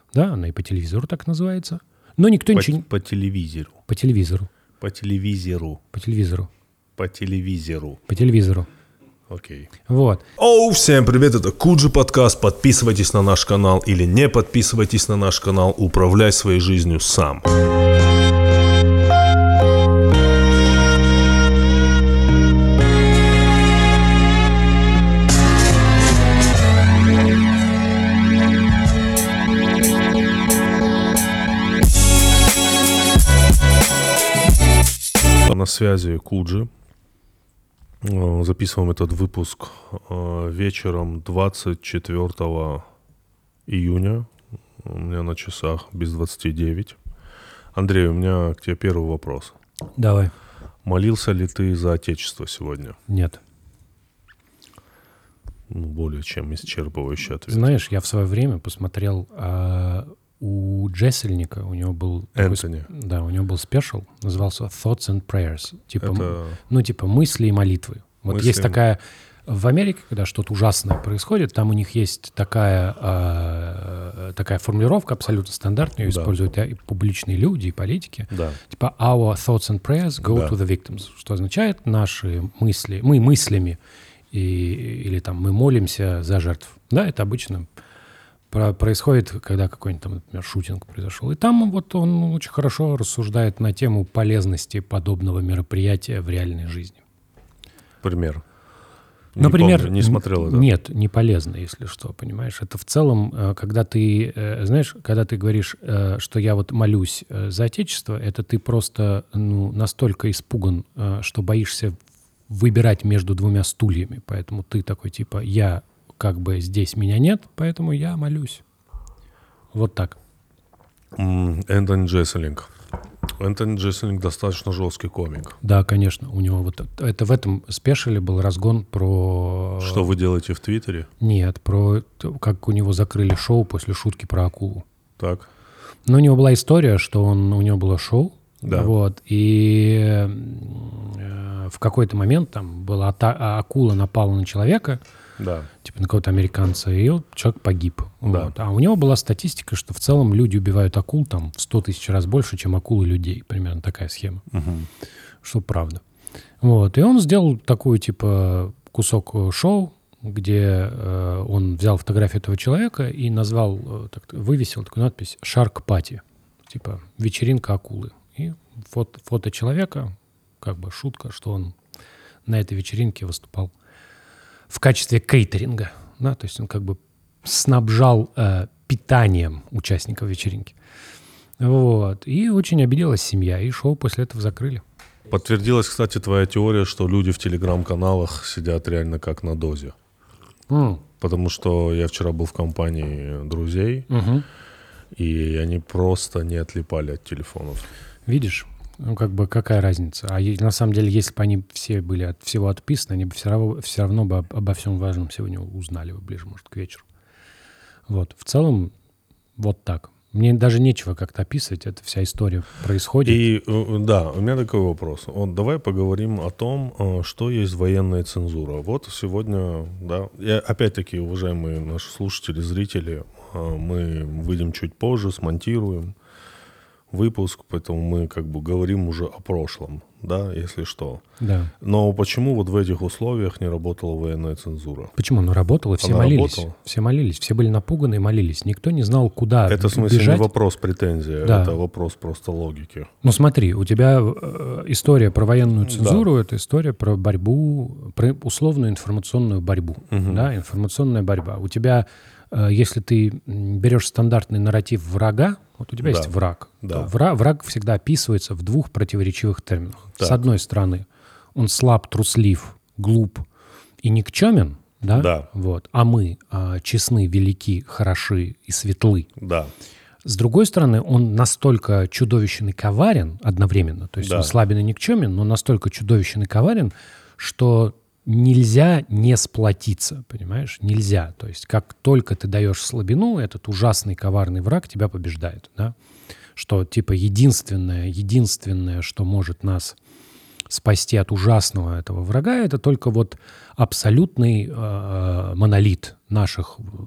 Да, она и по телевизору так называется. Но никто ничего... По телевизору. По телевизору. По телевизору. По телевизору. По телевизору. По телевизору. Окей. Вот. Оу, всем привет, это Куджи подкаст. Подписывайтесь на наш канал или не подписывайтесь на наш канал. Управляй своей жизнью сам. На связи Куджи. Записываем этот выпуск вечером 24 июня. У меня на часах без 29. Андрей, у меня к тебе первый вопрос. Давай. Молился ли ты за Отечество сегодня? Нет. Более чем исчерпывающий ответ. Знаешь, я в свое время посмотрел у Джессельника, у него был... Энтони. Да, у него был спешл, назывался Thoughts and Prayers. Типа, Это... типа мысли и молитвы. Вот мысли... есть такая... В Америке, когда что-то ужасное происходит, там у них есть такая формулировка абсолютно стандартная, ее используют и публичные люди, и политики. Да. Типа «Our thoughts and prayers go to the victims», что означает «наши мысли, мы мыслями» или там «мы молимся за жертв». Да, это обычно происходит, когда какой-нибудь там, например, шутинг произошел. И там вот он очень хорошо рассуждает на тему полезности подобного мероприятия в реальной жизни. Пример. Например, помню, не смотрел это. Нет, не полезно, если что, понимаешь. Это в целом, когда ты, знаешь, когда ты говоришь, что я вот молюсь за Отечество, это ты просто настолько испуган, что боишься выбирать между двумя стульями. Поэтому ты такой типа, я как бы здесь меня нет, поэтому я молюсь. Вот так. Энтони Джессельник. Энтони Джессельник достаточно жесткий комик. Да, конечно. У него вот это в этом спешале был разгон про... Что вы делаете в Твиттере? Нет, про как у него закрыли шоу после шутки про акулу. Так. Но у него была история, что у него было шоу. Да. Вот, и в какой-то момент там была акула напала на человека, да. типа на какого-то американца, и вот человек погиб. Да. Вот. А у него была статистика, что в целом люди убивают акул там в 100 тысяч раз больше, чем акулы людей. Примерно такая схема. Угу. Что правда. Вот. И он сделал такую типа кусок шоу, где он взял фотографию этого человека и вывесил такую надпись «Shark Party», типа «Вечеринка акулы». И фото человека, как бы шутка, что он на этой вечеринке выступал в качестве кейтеринга. Да? То есть он как бы снабжал питанием участников вечеринки. Вот. И очень обиделась семья, и шоу после этого закрыли. Подтвердилась, кстати, твоя теория, что люди в телеграм-каналах сидят реально как на дозе. Потому что я вчера был в компании друзей, и они просто не отлипали от телефонов. Видишь, как бы какая разница? А на самом деле, если бы они все были от всего отписаны, они бы все равно бы обо всем важном сегодня узнали бы ближе, может, к вечеру. Вот. В целом, вот так. Мне даже нечего как-то описывать, эта вся история происходит. И да, у меня такой вопрос. Вот давай поговорим о том, что есть военная цензура. Вот сегодня, да, опять-таки, уважаемые наши слушатели, зрители, мы выйдем чуть позже, смонтируем выпуск, поэтому мы как бы говорим уже о прошлом, да, если что. Да. Но почему вот в этих условиях не работала военная цензура? Почему? Она работала, все молились. Работала? Все молились, все были напуганы и молились. Никто не знал, куда бежать. Это в смысле не вопрос претензии, да. Это вопрос просто логики. Ну смотри, у тебя история про военную цензуру, да. Это история про борьбу, про условную информационную борьбу. Да, информационная борьба. У тебя, если ты берешь стандартный нарратив врага, вот у тебя есть враг. Да. Враг всегда описывается в двух противоречивых терминах. Так. С одной стороны, он слаб, труслив, глуп и никчемен, да? Да. Вот. А мы честны, велики, хороши и светлы. Да. С другой стороны, он настолько чудовищен и коварен одновременно, то есть он слабен и никчемен, но настолько чудовищен и коварен, что нельзя не сплотиться, понимаешь? Нельзя. То есть как только ты даешь слабину, этот ужасный коварный враг тебя побеждает. Да? Что типа единственное, что может нас спасти от ужасного этого врага, это только вот абсолютный монолит наших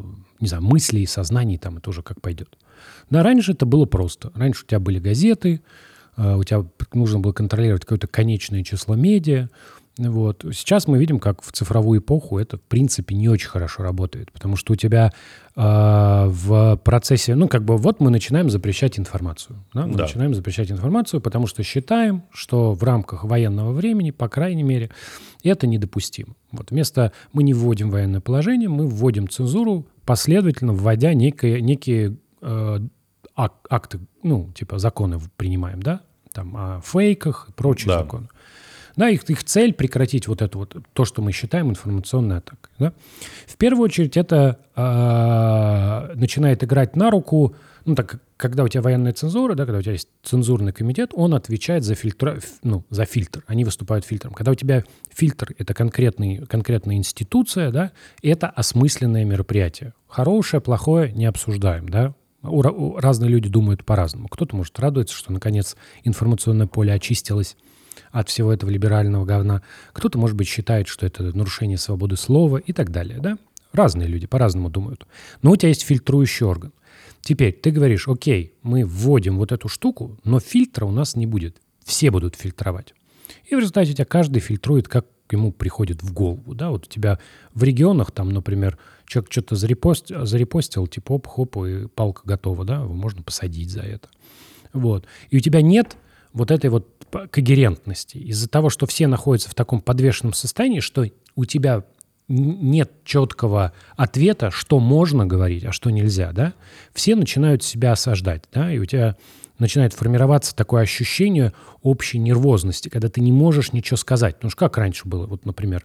не знаю, мыслей, сознаний, там это уже как пойдет. Да, раньше это было просто. Раньше у тебя были газеты, у тебя нужно было контролировать какое-то конечное число медиа. Вот. Сейчас мы видим, как в цифровую эпоху это, в принципе, не очень хорошо работает, потому что у тебя в процессе, вот мы начинаем запрещать информацию. Да? Мы начинаем запрещать информацию, потому что считаем, что в рамках военного времени, по крайней мере, это недопустимо. Вот. Мы не вводим военное положение, мы вводим цензуру, последовательно вводя некие акты, законы принимаем, да, там о фейках и прочие законы. Да, их цель прекратить вот это вот, то, что мы считаем информационной атакой. Да? В первую очередь это начинает играть на руку, когда у тебя военная цензура, да, когда у тебя есть цензурный комитет, он отвечает за фильтр, они выступают фильтром. Когда у тебя фильтр — это конкретная институция, да, это осмысленное мероприятие. Хорошее, плохое не обсуждаем, да. Разные люди думают по-разному. Кто-то, может, радуется, что, наконец, информационное поле очистилось от всего этого либерального говна. Кто-то, может быть, считает, что это нарушение свободы слова и так далее, да? Разные люди по-разному думают. Но у тебя есть фильтрующий орган. Теперь ты говоришь, окей, мы вводим вот эту штуку, но фильтра у нас не будет. Все будут фильтровать. И в результате у тебя каждый фильтрует, как ему приходит в голову, да? Вот у тебя в регионах, там, например, человек что-то зарепостил, типа хоп, и палка готова, да? Его можно посадить за это. Вот. И у тебя нет вот этой вот когерентности. Из-за того, что все находятся в таком подвешенном состоянии, что у тебя нет четкого ответа, что можно говорить, а что нельзя, да? Все начинают себя осаждать, да? И у тебя начинает формироваться такое ощущение общей нервозности, когда ты не можешь ничего сказать. Потому что как раньше было? Вот, например,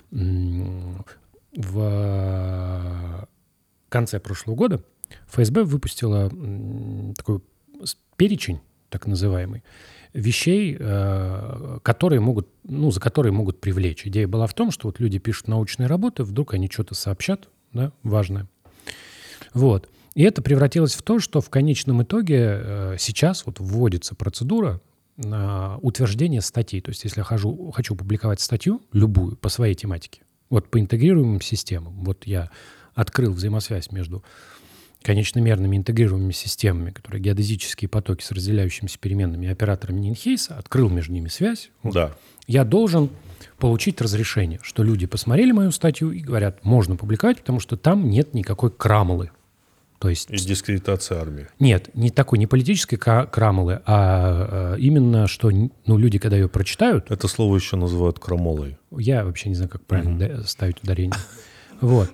в конце прошлого года ФСБ выпустила такой перечень, так называемый, вещей, за которые могут привлечь. Идея была в том, что вот люди пишут научные работы, вдруг они что-то сообщат, да, важное. Вот. И это превратилось в то, что в конечном итоге сейчас вот вводится процедура утверждения статей. То есть если я хочу публиковать статью, любую, по своей тематике, вот по интегрируемым системам, вот я открыл взаимосвязь между конечномерными интегрируемыми системами, которые геодезические потоки с разделяющимися переменными и операторами Нинхейса, открыл между ними связь. Да. Я должен получить разрешение, что люди посмотрели мою статью и говорят, можно публиковать, потому что там нет никакой крамолы. То есть, и дискредитация армии. Нет, не политической крамолы, а именно, что люди, когда ее прочитают... Это слово еще называют крамолой. Я вообще не знаю, как правильно ставить ударение. Вот.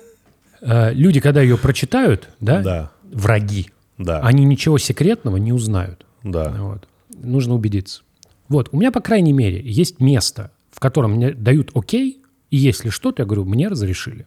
Люди, когда ее прочитают, да. Враги, да. Они ничего секретного не узнают. Да. Вот. Нужно убедиться. Вот. У меня, по крайней мере, есть место, в котором мне дают окей, и если что-то, я говорю, мне разрешили.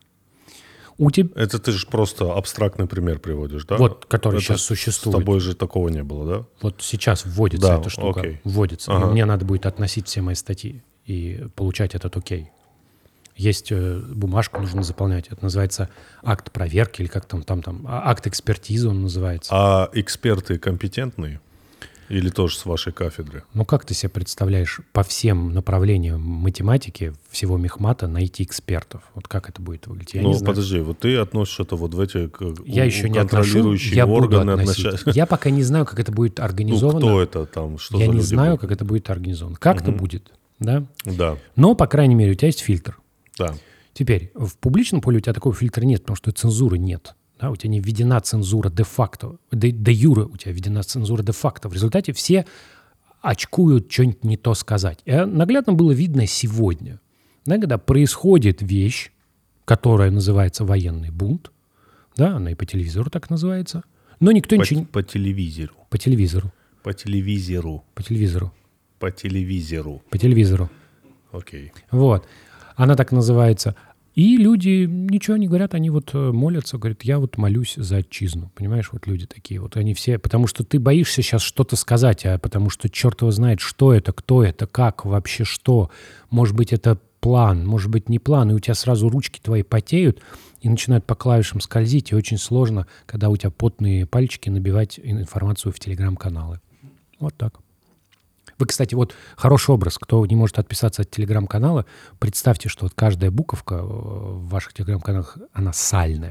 Это ты же просто абстрактный пример приводишь, да? Вот, который сейчас существует. С тобой же такого не было, да? Вот сейчас вводится эта штука. Окей. Вводится. Ага. Мне надо будет относить все мои статьи и получать этот окей. Есть бумажку, нужно заполнять. Это называется акт проверки или как там акт экспертизы он называется. А эксперты компетентные? Или тоже с вашей кафедры? Ну, как ты себе представляешь по всем направлениям математики, всего мехмата найти экспертов? Вот как это будет выглядеть? Я не знаю. Подожди, вот ты относишь это вот в эти я еще не контролирующие я органы. Буду относить. Я пока не знаю, как это будет организовано. Кто это там? Что я за не люди знаю, будут? как это будет организовано. Как-то будет, да? Да. Но, по крайней мере, у тебя есть фильтр. Да. Теперь, в публичном поле у тебя такого фильтра нет, потому что цензуры нет. Да, у тебя не введена цензура де-факто. Де-юре у тебя введена цензура де-факто. В результате все очкуют что-нибудь не то сказать. И наглядно было видно сегодня, да, когда происходит вещь, которая называется военный бунт, да, она и по телевизору так называется, но никто ничего... По телевизору. По телевизору. По телевизору. По телевизору. По телевизору. По телевизору. Окей. Вот. Она так называется. И люди ничего не говорят, они вот молятся, говорят, я вот молюсь за отчизну. Понимаешь, вот люди такие, вот они все, потому что ты боишься сейчас что-то сказать, а потому что черт его знает, что это, кто это, как, вообще что. Может быть, это план, может быть, не план, и у тебя сразу ручки твои потеют и начинают по клавишам скользить, и очень сложно, когда у тебя потные пальчики, набивать информацию в телеграм-каналы. Вот так. Вы, кстати, вот хороший образ. Кто не может отписаться от телеграм-канала, представьте, что вот каждая буковка в ваших телеграм-каналах, она сальная.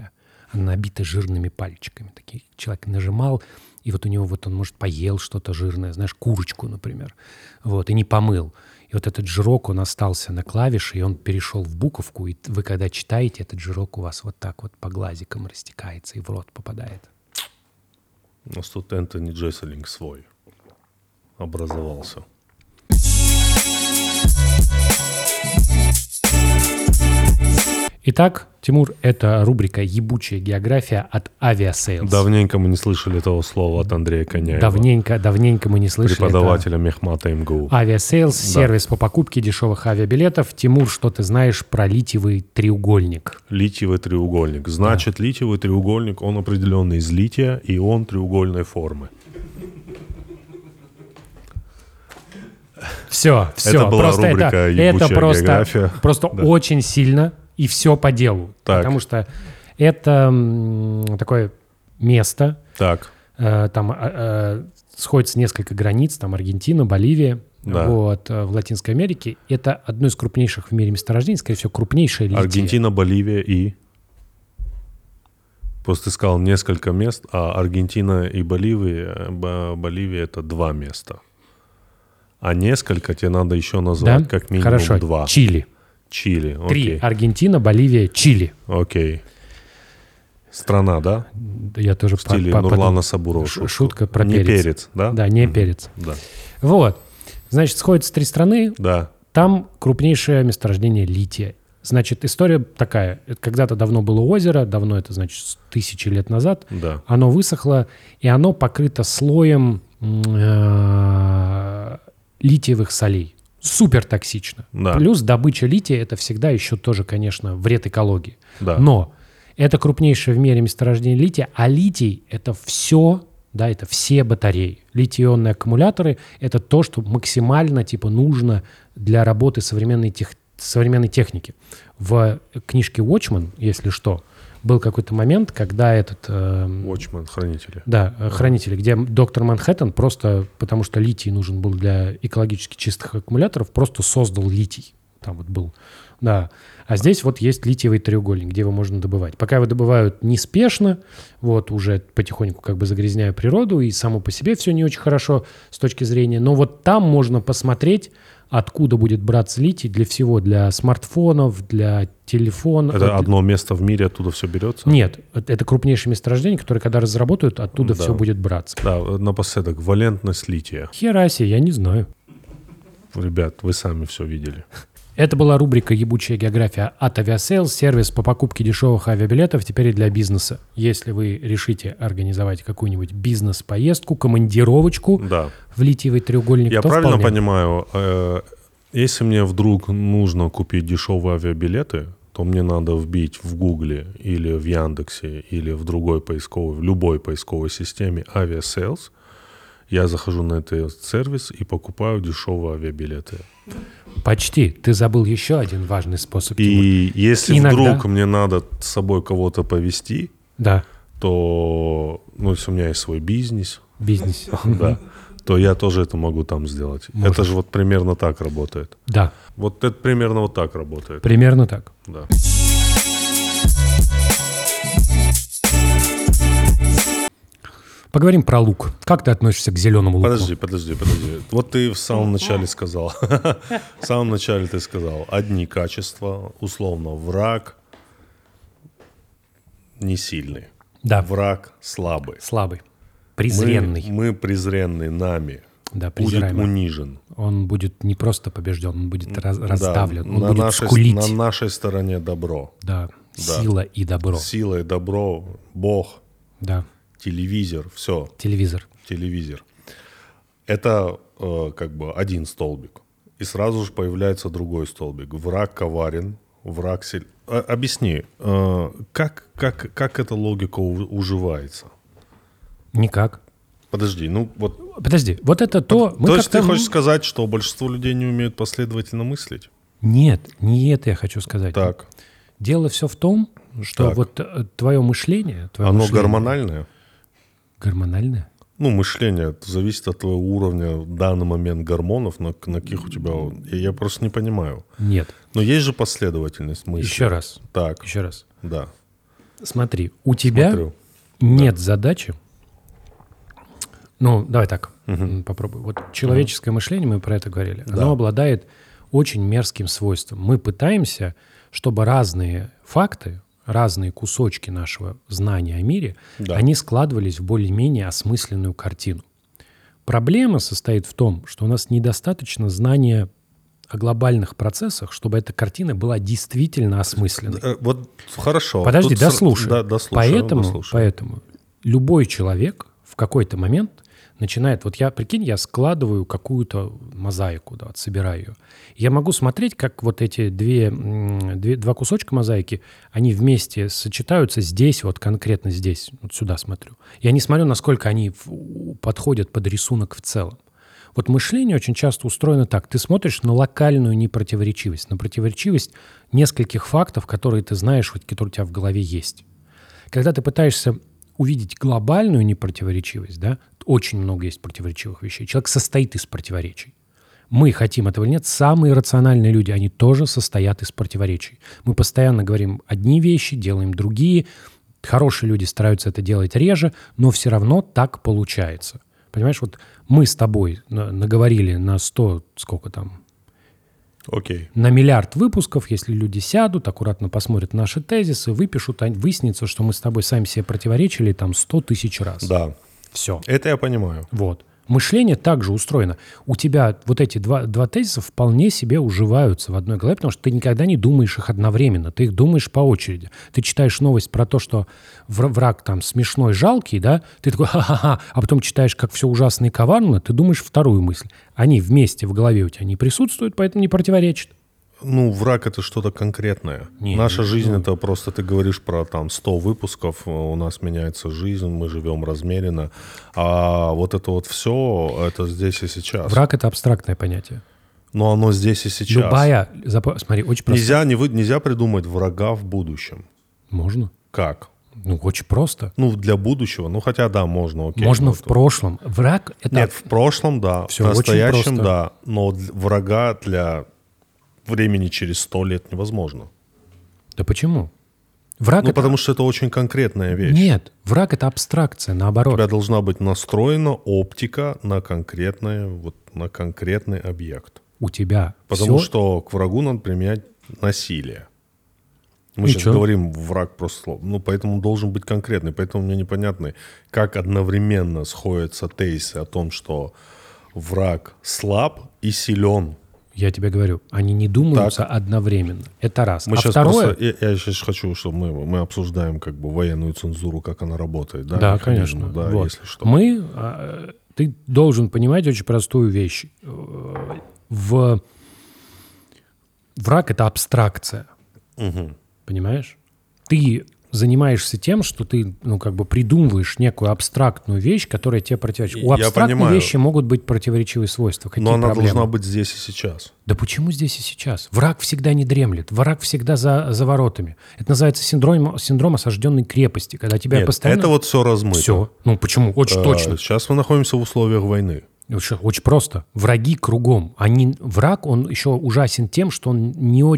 она набита жирными пальчиками. Такие. Человек нажимал, и вот у него вот он, может, поел что-то жирное, знаешь, курочку, например, вот, и не помыл. И вот этот жирок, он остался на клавише, и он перешел в буковку, и вы, когда читаете, этот жирок у вас вот так вот по глазикам растекается и в рот попадает. У нас тут Энтони Джеселинг свой образовался. Итак, Тимур, это рубрика «Ебучая география» от Aviasales. Давненько мы не слышали этого слова от Андрея Коняева. Давненько мы не слышали. Преподавателя Мехмата МГУ. Aviasales, сервис по покупке дешевых авиабилетов. Тимур, что ты знаешь про литиевый треугольник? Литиевый треугольник. Значит, литиевый треугольник, он определенный из лития, и он треугольной формы. Все. Это была просто рубрика «Ебучая география». Просто Да. очень сильно и все по делу. Так. Потому что это такое место, Так, там сходятся несколько границ, там Аргентина, Боливия, Да. вот, в Латинской Америке. Это одно из крупнейших в мире месторождений, скорее всего, крупнейшее литие. Аргентина, Боливия и... Просто ты сказал несколько мест, а Аргентина и Боливия это 2 места. А несколько тебе надо еще назвать, Да? как минимум Хорошо. 2. Чили. Чили, 3. окей. Аргентина, Боливия, Чили. Окей. Страна, да? Я тоже В стиле Нурлана Сабурова. Шутка про Не перец. перец, да? Да, не перец. Да. Вот. Значит, сходятся 3 страны. Да. Там крупнейшее месторождение лития. Значит, история такая. Это когда-то давно было озеро, давно это, значит, 1000 лет назад. Да. Оно высохло, и оно покрыто слоем литиевых солей. Супер токсично. Да. Плюс добыча лития – это всегда еще тоже, конечно, вред экологии. Да. Но это крупнейшее в мире месторождение лития, а литий – это все, да, это все батареи. Литий-ионные аккумуляторы – это то, что максимально типа нужно для работы современной техники. В книжке Watchmen, если что, был какой-то момент, когда этот... Watchmen, хранители. Да, хранители, где доктор Манхэттен просто, потому что литий нужен был для экологически чистых аккумуляторов, просто создал литий. Там вот был, да. А здесь вот есть литиевый треугольник, где его можно добывать. Пока его добывают неспешно, вот уже потихоньку как бы загрязняя природу, и само по себе все не очень хорошо с точки зрения. Но вот там можно посмотреть, откуда будет браться литий для всего, для смартфонов, для телефонов. Это одно место в мире, оттуда все берется? Нет, это крупнейшее месторождение, которое, когда разработают, оттуда Да. все будет браться. Да, напоследок, валентность лития. Хераси, я не знаю. Ребят, вы сами все видели. Это была рубрика «Ебучая география» от Aviasales, сервис по покупке дешевых авиабилетов теперь и для бизнеса. Если вы решите организовать какую-нибудь бизнес-поездку, командировочку Да. в литиевый треугольник, Я то правильно вполне. понимаю, если мне вдруг нужно купить дешевые авиабилеты, то мне надо вбить в Гугле или в Яндексе или в другой поисковой, в любой поисковой системе Aviasales. Я захожу на этот сервис и покупаю дешевые авиабилеты. Почти. Ты забыл еще один важный способ. Тимур. И если Иногда- вдруг мне надо с собой кого-то повезти, Да, то, ну, если у меня есть свой бизнес, бизнес. да, то я тоже это могу там сделать. Можешь. Это же вот примерно так работает. Да, Вот это примерно вот так работает. примерно так. Да. Поговорим про лук. Как ты относишься к зеленому луку? Подожди. Вот ты в самом начале сказал. В самом начале ты сказал. Одни качества, условно, враг не сильный. Да, Враг слабый. слабый, презренный. Мы презренный нами. Да, Будет презираемый. унижен. Он будет не просто побежден, он будет Да, раздавлен, он на будет нашей, скулить. на нашей стороне добро. Да, Да. сила и добро. Сила и добро, Бог, Да, телевизор, все, телевизор. телевизор. Это как бы один столбик. И сразу же появляется другой столбик. Враг коварен, враг силен. Объясни, как эта логика уживается? Никак. Подожди, ну вот... Подожди, вот это то... мы То есть как-то- ты хочешь сказать, что большинство людей не умеют последовательно мыслить? Нет, не это я хочу сказать. Так. Дело все в том, что Так. вот твое мышление... твое Оно мышление- гормональное? Гормональное? Ну, мышление зависит от твоего уровня в данный момент гормонов, на каких у тебя... Я просто не понимаю. Нет. Но есть же последовательность мысли. Еще раз. Так, Еще раз. да. Смотри, у тебя Смотрю. нет задачи. Ну, давай так, попробуй. Вот человеческое мышление, мы про это говорили, оно обладает очень мерзким свойством. Мы пытаемся, чтобы разные факты, разные кусочки нашего знания о мире, они складывались в более-менее осмысленную картину. Проблема состоит в том, что у нас недостаточно знания о глобальных процессах, чтобы эта картина была действительно осмысленной. Вот хорошо. Подожди, Тут дослушай. Да, дослушаю, Поэтому любой человек в какой-то момент начинает... Вот прикинь, я складываю какую-то мозаику, да, собираю ее. Я могу смотреть, как вот эти два кусочка мозаики, они вместе сочетаются здесь, вот конкретно здесь, вот сюда смотрю. Я не смотрю, насколько они подходят под рисунок в целом. Вот мышление очень часто устроено так. Ты смотришь на локальную непротиворечивость, на противоречивость нескольких фактов, которые ты знаешь, которые у тебя в голове есть. Когда ты пытаешься увидеть глобальную непротиворечивость, да, очень много есть противоречивых вещей. Человек состоит из противоречий. Мы хотим этого или нет, самые рациональные люди, они тоже состоят из противоречий. Мы постоянно говорим одни вещи, делаем другие. Хорошие люди стараются это делать реже, но все равно так получается. Понимаешь, вот мы с тобой наговорили на 100, сколько там? Окей. На миллиард выпусков, если люди сядут, аккуратно посмотрят наши тезисы, выпишут, выяснится, что мы с тобой сами себе противоречили там 100 тысяч раз. Да. Все. Это я понимаю. Вот. Мышление также устроено. У тебя вот эти два тезиса вполне себе уживаются в одной голове, потому что ты никогда не думаешь их одновременно, ты их думаешь по очереди. Ты читаешь новость про то, что враг там смешной, жалкий, да, ты такой ха-ха-ха, а потом читаешь, как все ужасно и коварно, ты думаешь вторую мысль. Они вместе в голове у тебя не присутствуют, поэтому не противоречат. Ну, враг — это что-то конкретное. Наша жизнь — это просто ты говоришь про там 100 выпусков, у нас меняется жизнь, мы живем размеренно. А вот это вот все, это здесь и сейчас. Враг — это абстрактное понятие. Но оно здесь и сейчас. Любая... Смотри, очень просто. Нельзя придумать врага в будущем. Можно. Как? Ну, очень просто. Ну, для будущего. Ну, хотя, да, можно, окей. Можно в прошлом. Враг — это... Нет, в прошлом, да. Все в настоящем, очень просто. да. Но врага для времени через 100 лет невозможно. Да почему? Враг Ну, потому что это очень конкретная вещь. Нет, враг — это абстракция, У наоборот. тебя должна быть настроена оптика на конкретный объект. У тебя Потому все... что к врагу надо применять насилие. Мы И сейчас чё? говорим враг просто слово. Ну, поэтому он должен быть конкретный. Поэтому мне непонятно, как одновременно сходятся тезисы о том, что враг слаб и силен. Я тебе говорю, они не думаются одновременно. Это раз. Мы А сейчас второе... я сейчас хочу, чтобы мы обсуждаем как бы военную цензуру, как она работает. Да, Да, механизм, конечно. Да, Вот. если что. Ты должен понимать очень простую вещь. Враг — это абстракция. Понимаешь? Ты занимаешься тем, что ты, придумываешь некую абстрактную вещь, которая тебе противоречит. У Я абстрактной понимаю. вещи могут быть противоречивые свойства. Какие Но она проблемы? должна быть здесь и сейчас. Да почему здесь и сейчас? Враг всегда не дремлет. Враг всегда за воротами. Это называется синдром осажденной крепости, когда тебя Нет, постоянно... это вот все размыто. Все. Ну почему? Очень точно. Сейчас мы находимся в условиях войны. Очень просто. Враги кругом. Враг, он еще ужасен тем, что он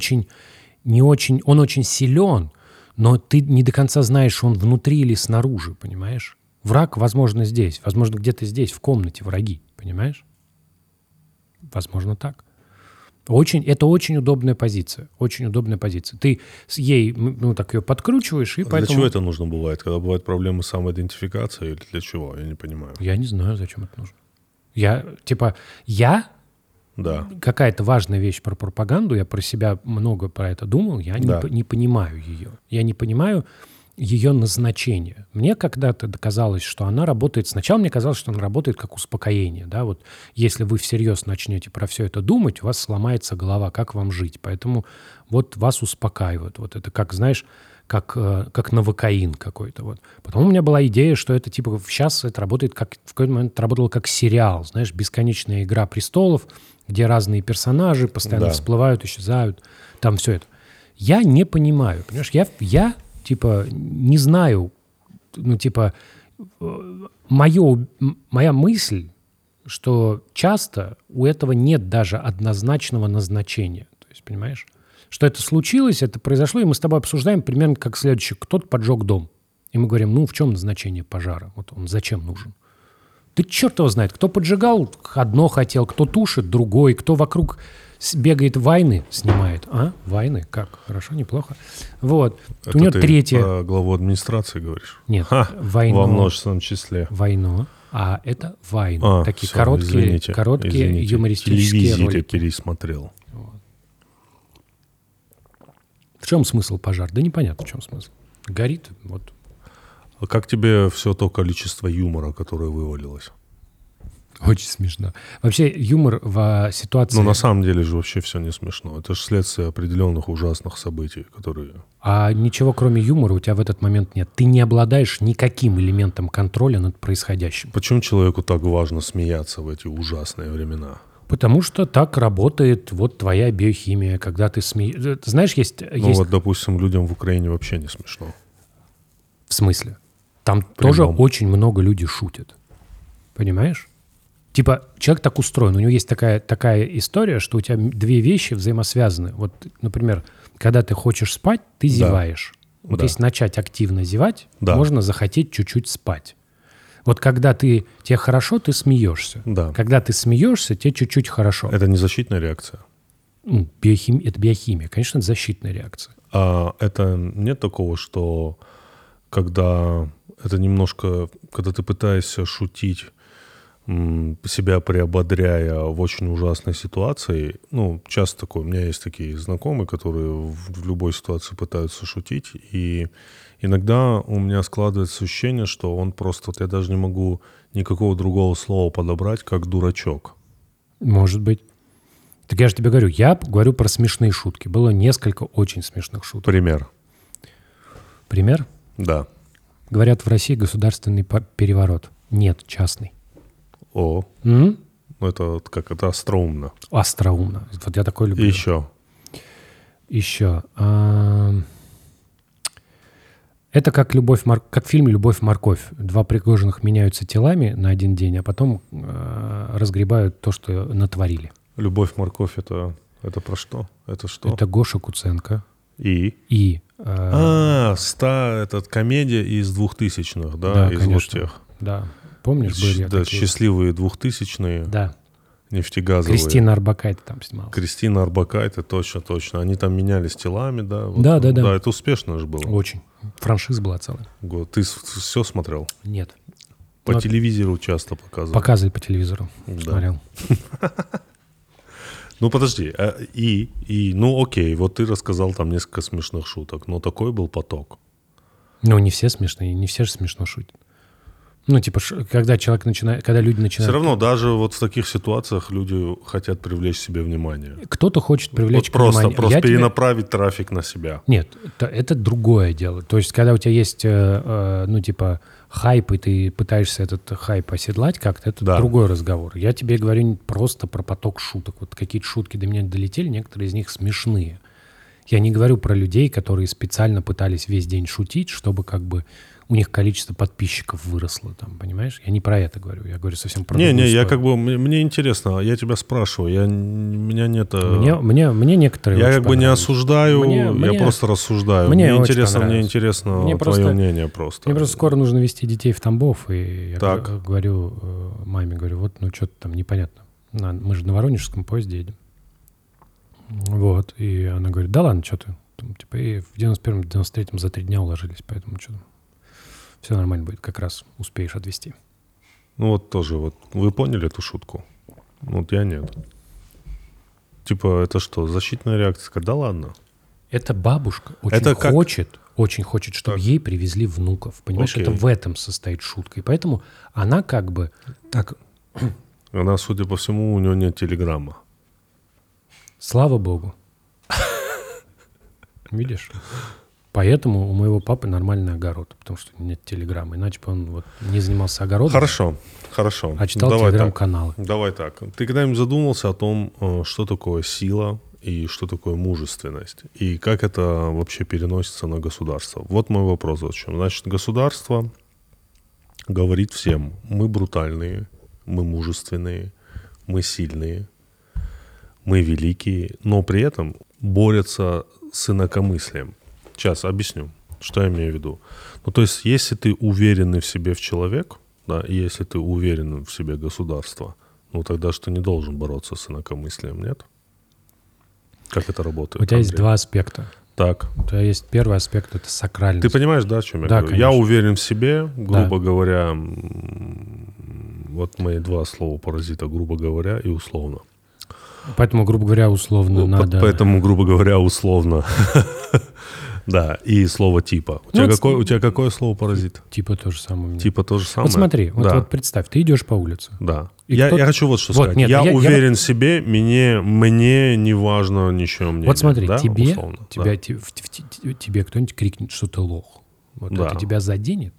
он очень силен, но ты не до конца знаешь, он внутри или снаружи, понимаешь? Враг, возможно, здесь, возможно, где-то здесь, в комнате враги, понимаешь? Возможно, так. Это очень удобная позиция, очень удобная позиция. Ты ей, так ее подкручиваешь, и поэтому... Для чего это нужно бывает? Когда бывают проблемы с самоидентификацией или для чего? Я не понимаю. Я не знаю, зачем это нужно. Да. Какая-то важная вещь про пропаганду, я про себя много про это думал, я не понимаю ее. Я не понимаю ее назначение. Мне когда-то казалось, что она работает... Сначала мне казалось, что она работает как успокоение. Да? Вот если вы всерьез начнете про все это думать, у вас сломается голова, как вам жить. Поэтому вот вас успокаивают. Вот это как, знаешь, как новокаин какой-то. Вот. Потом у меня была идея, что это типа сейчас это работает в какой-то момент это работало как сериал, знаешь, бесконечная «Игра престолов», где разные персонажи постоянно всплывают, исчезают, там все это. Я не понимаю, понимаешь, я не знаю, моя мысль, что часто у этого нет даже однозначного назначения. То есть, понимаешь, что это случилось, это произошло, и мы с тобой обсуждаем примерно как следующее. Кто-то поджег дом. И мы говорим, ну, в чем назначение пожара? Вот он зачем нужен? Да черт его знает. Кто поджигал, одно хотел, кто тушит, другой, кто вокруг бегает, войны снимает. А? Войны? Как? Хорошо, неплохо. Вот. Это у него ты третье... про главу администрации говоришь? Нет, войну. Во множественном числе. Войну. А это войны. Такие всё, короткие извините. юмористические Телевизию ролики. пересмотрел. В чем смысл пожара? Да непонятно, в чем смысл. Горит, вот. А как тебе все то количество юмора, которое вывалилось? Очень смешно. Вообще юмор в ситуации... Ну, на самом деле же вообще все не смешно. Это же следствие определенных ужасных событий, которые... А ничего, кроме юмора, у тебя в этот момент нет. Ты не обладаешь никаким элементом контроля над происходящим. Почему человеку так важно смеяться в эти ужасные времена? Потому что так работает вот твоя биохимия, когда ты смеешься. Знаешь, есть... Вот, допустим, людям в Украине вообще не смешно. В смысле? Там тоже очень много людей шутят. Понимаешь? Типа, человек так устроен. У него есть такая история, что у тебя две вещи взаимосвязаны. Вот, например, когда ты хочешь спать, ты зеваешь. Вот Да. если начать активно зевать, Да. можно захотеть чуть-чуть спать. Вот когда тебе хорошо, ты смеешься. Да. Когда ты смеешься, тебе чуть-чуть хорошо. Это не защитная реакция. Ну, это биохимия. Конечно, это защитная реакция. А это нет такого, что когда это немножко, когда ты пытаешься шутить, себя приободряя в очень ужасной ситуации, ну, часто такое, у меня есть такие знакомые, которые в любой ситуации пытаются шутить, и иногда у меня складывается ощущение, что он просто, вот я даже не могу никакого другого слова подобрать, как дурачок. Может быть. Так я же тебе говорю, я говорю про смешные шутки. Было несколько очень смешных шуток. Пример. Пример? Да. Говорят, в России государственный переворот. Нет, частный. Ну это вот как, это остроумно. Остроумно. Вот я такой люблю. И еще. Это как как фильм «Любовь-морковь». Два Пригожиных меняются телами на один день, а потом разгребают то, что натворили. «Любовь-морковь» это про что? Это что? Это Гоша Куценко. И? Это комедия из 2000-х, да? Да, из конечно. вот тех. Да. Помнишь, были Да, такие? счастливые 2000-е. Да. Нефтегазовые. Кристина Орбакайте там снималась. Кристина Орбакайте, точно. Они там менялись телами, да? Вот, Да. Да, это успешно же было. Очень. Франшиза была целая. Ты все смотрел? Нет. По телевизору часто показывали. Показывали по телевизору. Да. Смотрел. Ну, подожди. Ну, окей, вот ты рассказал там несколько смешных шуток, но такой был поток. Ну, не все смешные, не все же смешно шутят. Ну, типа, когда люди начинают... Все равно, даже вот в таких ситуациях люди хотят привлечь себе внимание. Кто-то хочет привлечь Вот просто внимание. перенаправить трафик на себя. Нет, это другое дело. То есть, когда у тебя есть, хайп, и ты пытаешься этот хайп оседлать как-то, это другой разговор. Я тебе говорю просто про поток шуток. Вот какие-то шутки до меня долетели, некоторые из них смешные. Я не говорю про людей, которые специально пытались весь день шутить, чтобы как бы у них количество подписчиков выросло, там, понимаешь? Я не про это говорю, я говорю совсем про другую я историю. как бы, мне интересно, я тебя спрашиваю, меня нет... Мне некоторые Я очень как бы не осуждаю, я просто рассуждаю. Мне интересно твое мнение просто. Мне просто скоро нужно везти детей в Тамбов, и я Так. говорю маме, вот, что-то там непонятно. Мы же на Воронежском поезде едем. Вот, и она говорит, да ладно, что ты? Там, типа, и в 91-м, 93-м за 3 дня уложились, поэтому что-то все нормально будет, как раз успеешь отвезти. Ну вот тоже, вот вы поняли эту шутку? Вот я нет. Типа, это что, защитная реакция? Да ладно. Эта бабушка очень хочет, чтобы ей привезли внуков. Понимаешь, Окей. это в этом состоит шутка. И поэтому она как бы так... Она, судя по всему, у нее нет телеграмма. Слава богу. Видишь? Поэтому у моего папы нормальный огород, потому что нет телеграммы. Иначе бы он вот не занимался огородом. Хорошо. А читал телеграм-каналы. Давай так. Ты когда-нибудь задумался о том, что такое сила и что такое мужественность? И как это вообще переносится на государство? Вот мой вопрос в чем. Значит, государство говорит всем, мы брутальные, мы мужественные, мы сильные, мы великие, но при этом борются с инакомыслием. Сейчас объясню, что я имею в виду. Ну, то есть, если ты уверенный в себе человек, да, и если ты уверен в себе государство, ну, тогда что не должен бороться с инакомыслием, нет? Как это работает? У тебя есть Андрей? два аспекта. Так. У тебя есть первый аспект — это сакральность. Ты понимаешь, да, о чем я Да, говорю? Я конечно. уверен в себе, грубо говоря, вот мои два слова паразита, грубо говоря, и условно. Поэтому, грубо говоря, условно надо... Поэтому, грубо говоря, условно. Да, и слово типа. У тебя какое слово паразит? Типа то же самое у меня. Типа то же самое? Вот смотри, Да. вот представь, ты идешь по улице. Да. И Я кто-то- хочу вот что Вот, сказать. нет, я я- уверен в себе, мне не важно ничего мнение. Вот смотри, да, тебе условно, да. тебе кто-нибудь крикнет, что ты лох. Вот Да. это тебя заденет?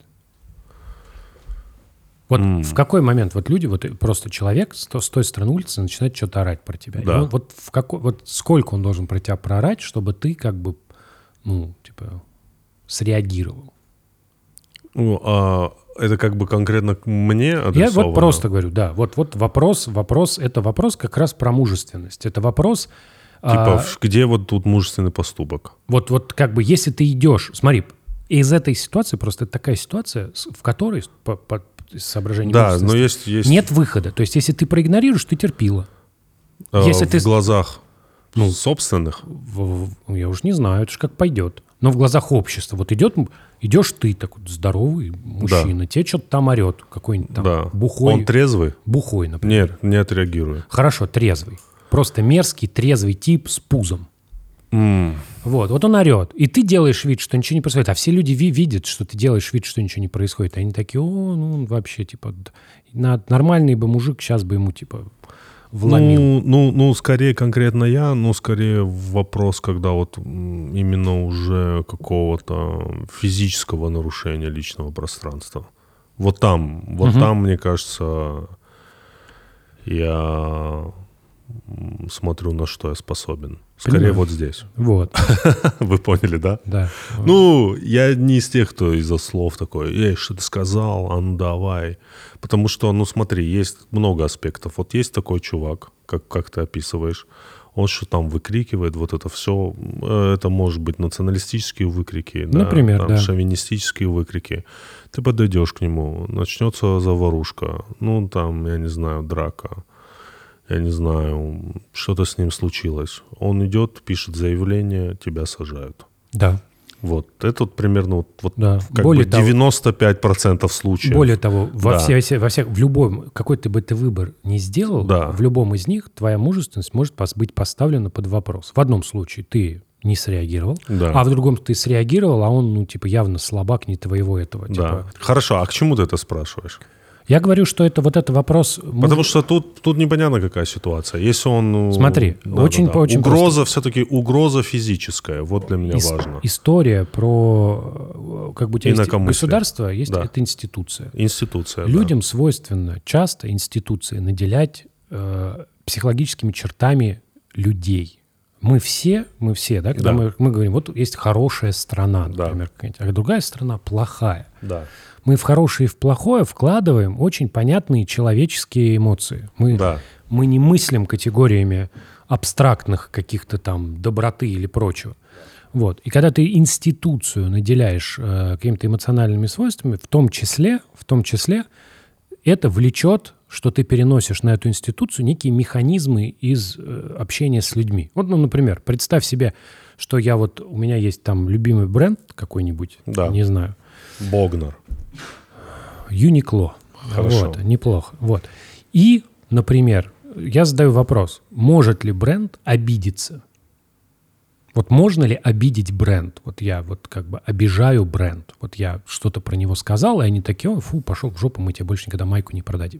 Вот в какой момент вот люди, вот просто человек с той стороны улицы начинает что-то орать про тебя. И Да. вот сколько он должен про тебя проорать, чтобы ты как бы, ну, типа, среагировал? Ну, это как бы конкретно мне Я адресовано? вот просто говорю, да, вот вопрос, это вопрос как раз про мужественность. Это вопрос... Типа, где вот тут мужественный поступок? Вот как бы если ты идешь... Смотри, из этой ситуации просто это такая ситуация, в которой по соображению Да, но мужественности есть нет выхода. То есть если ты проигнорируешь, ты терпила. если в ты- глазах собственных. Я уж не знаю, это же как пойдет. Но в глазах общества. Вот идешь ты такой здоровый мужчина, тебе что-то там орет, какой-нибудь там Да. бухой, Он трезвый? например. Нет, не отреагирую. Хорошо, трезвый. Просто мерзкий, трезвый тип с пузом. Вот он орет. И ты делаешь вид, что ничего не происходит. А все люди видят, что ты делаешь вид, что ничего не происходит. Они такие, ну он вообще, типа, нормальный бы мужик сейчас бы ему, типа, вломил. Ну, скорее конкретно я, скорее вопрос, когда вот именно уже какого-то физического нарушения личного пространства. Вот там, мне кажется, я смотрю, на что я способен. Скорее Понимаю. вот здесь. Вот, Вы поняли, да? да. Ну, я не из тех, кто из-за слов такой, что ты сказал, а ну давай. Потому что, смотри, есть много аспектов. Вот есть такой чувак, как ты описываешь, он что там выкрикивает, вот это все, это может быть националистические выкрики, Например, там, да. шовинистические выкрики. Ты подойдешь к нему, начнется заварушка, там, я не знаю, драка. Я не знаю, что-то с ним случилось. Он идет, пишет заявление, тебя сажают. Да. Вот. Это вот примерно Да. как Более бы того- 95% случаев. Более того, Да. в любом, какой бы ты выбор не сделал, Да. в любом из них твоя мужественность может быть поставлена под вопрос. В одном случае ты не среагировал, Да. а в другом ты среагировал, а он, явно слабак не твоего этого. Да. Типа. Хорошо, а к чему ты это спрашиваешь? Я говорю, что это вопрос... Потому что тут непонятно, какая ситуация. Если он... Смотри, очень угроза, все-таки угроза физическая. Вот для меня важно. История про... Как бы у тебя есть Инакомыслие. государство, есть Да. это институция. Институция. да. Людям свойственно часто институции наделять психологическими чертами людей. Мы все, да, когда Да. мы говорим, вот есть хорошая страна, Да. например, какая-нибудь, а другая страна плохая. Да. Мы в хорошее и в плохое вкладываем очень понятные человеческие эмоции. Да. Мы не мыслим категориями абстрактных каких-то там доброты или прочего. Вот. И когда ты институцию наделяешь какими-то эмоциональными свойствами, в том числе это влечет, что ты переносишь на эту институцию некие механизмы из общения с людьми. Вот, например, представь себе, что у меня есть там любимый бренд какой-нибудь, Да. не знаю, Богнер. Юникло. Хорошо. Вот, неплохо. Вот. И, например, я задаю вопрос, может ли бренд обидеться? Вот можно ли обидеть бренд? Вот я как бы обижаю бренд. Вот я что-то про него сказал, и они такие, пошел в жопу, мы тебе больше никогда майку не продадим.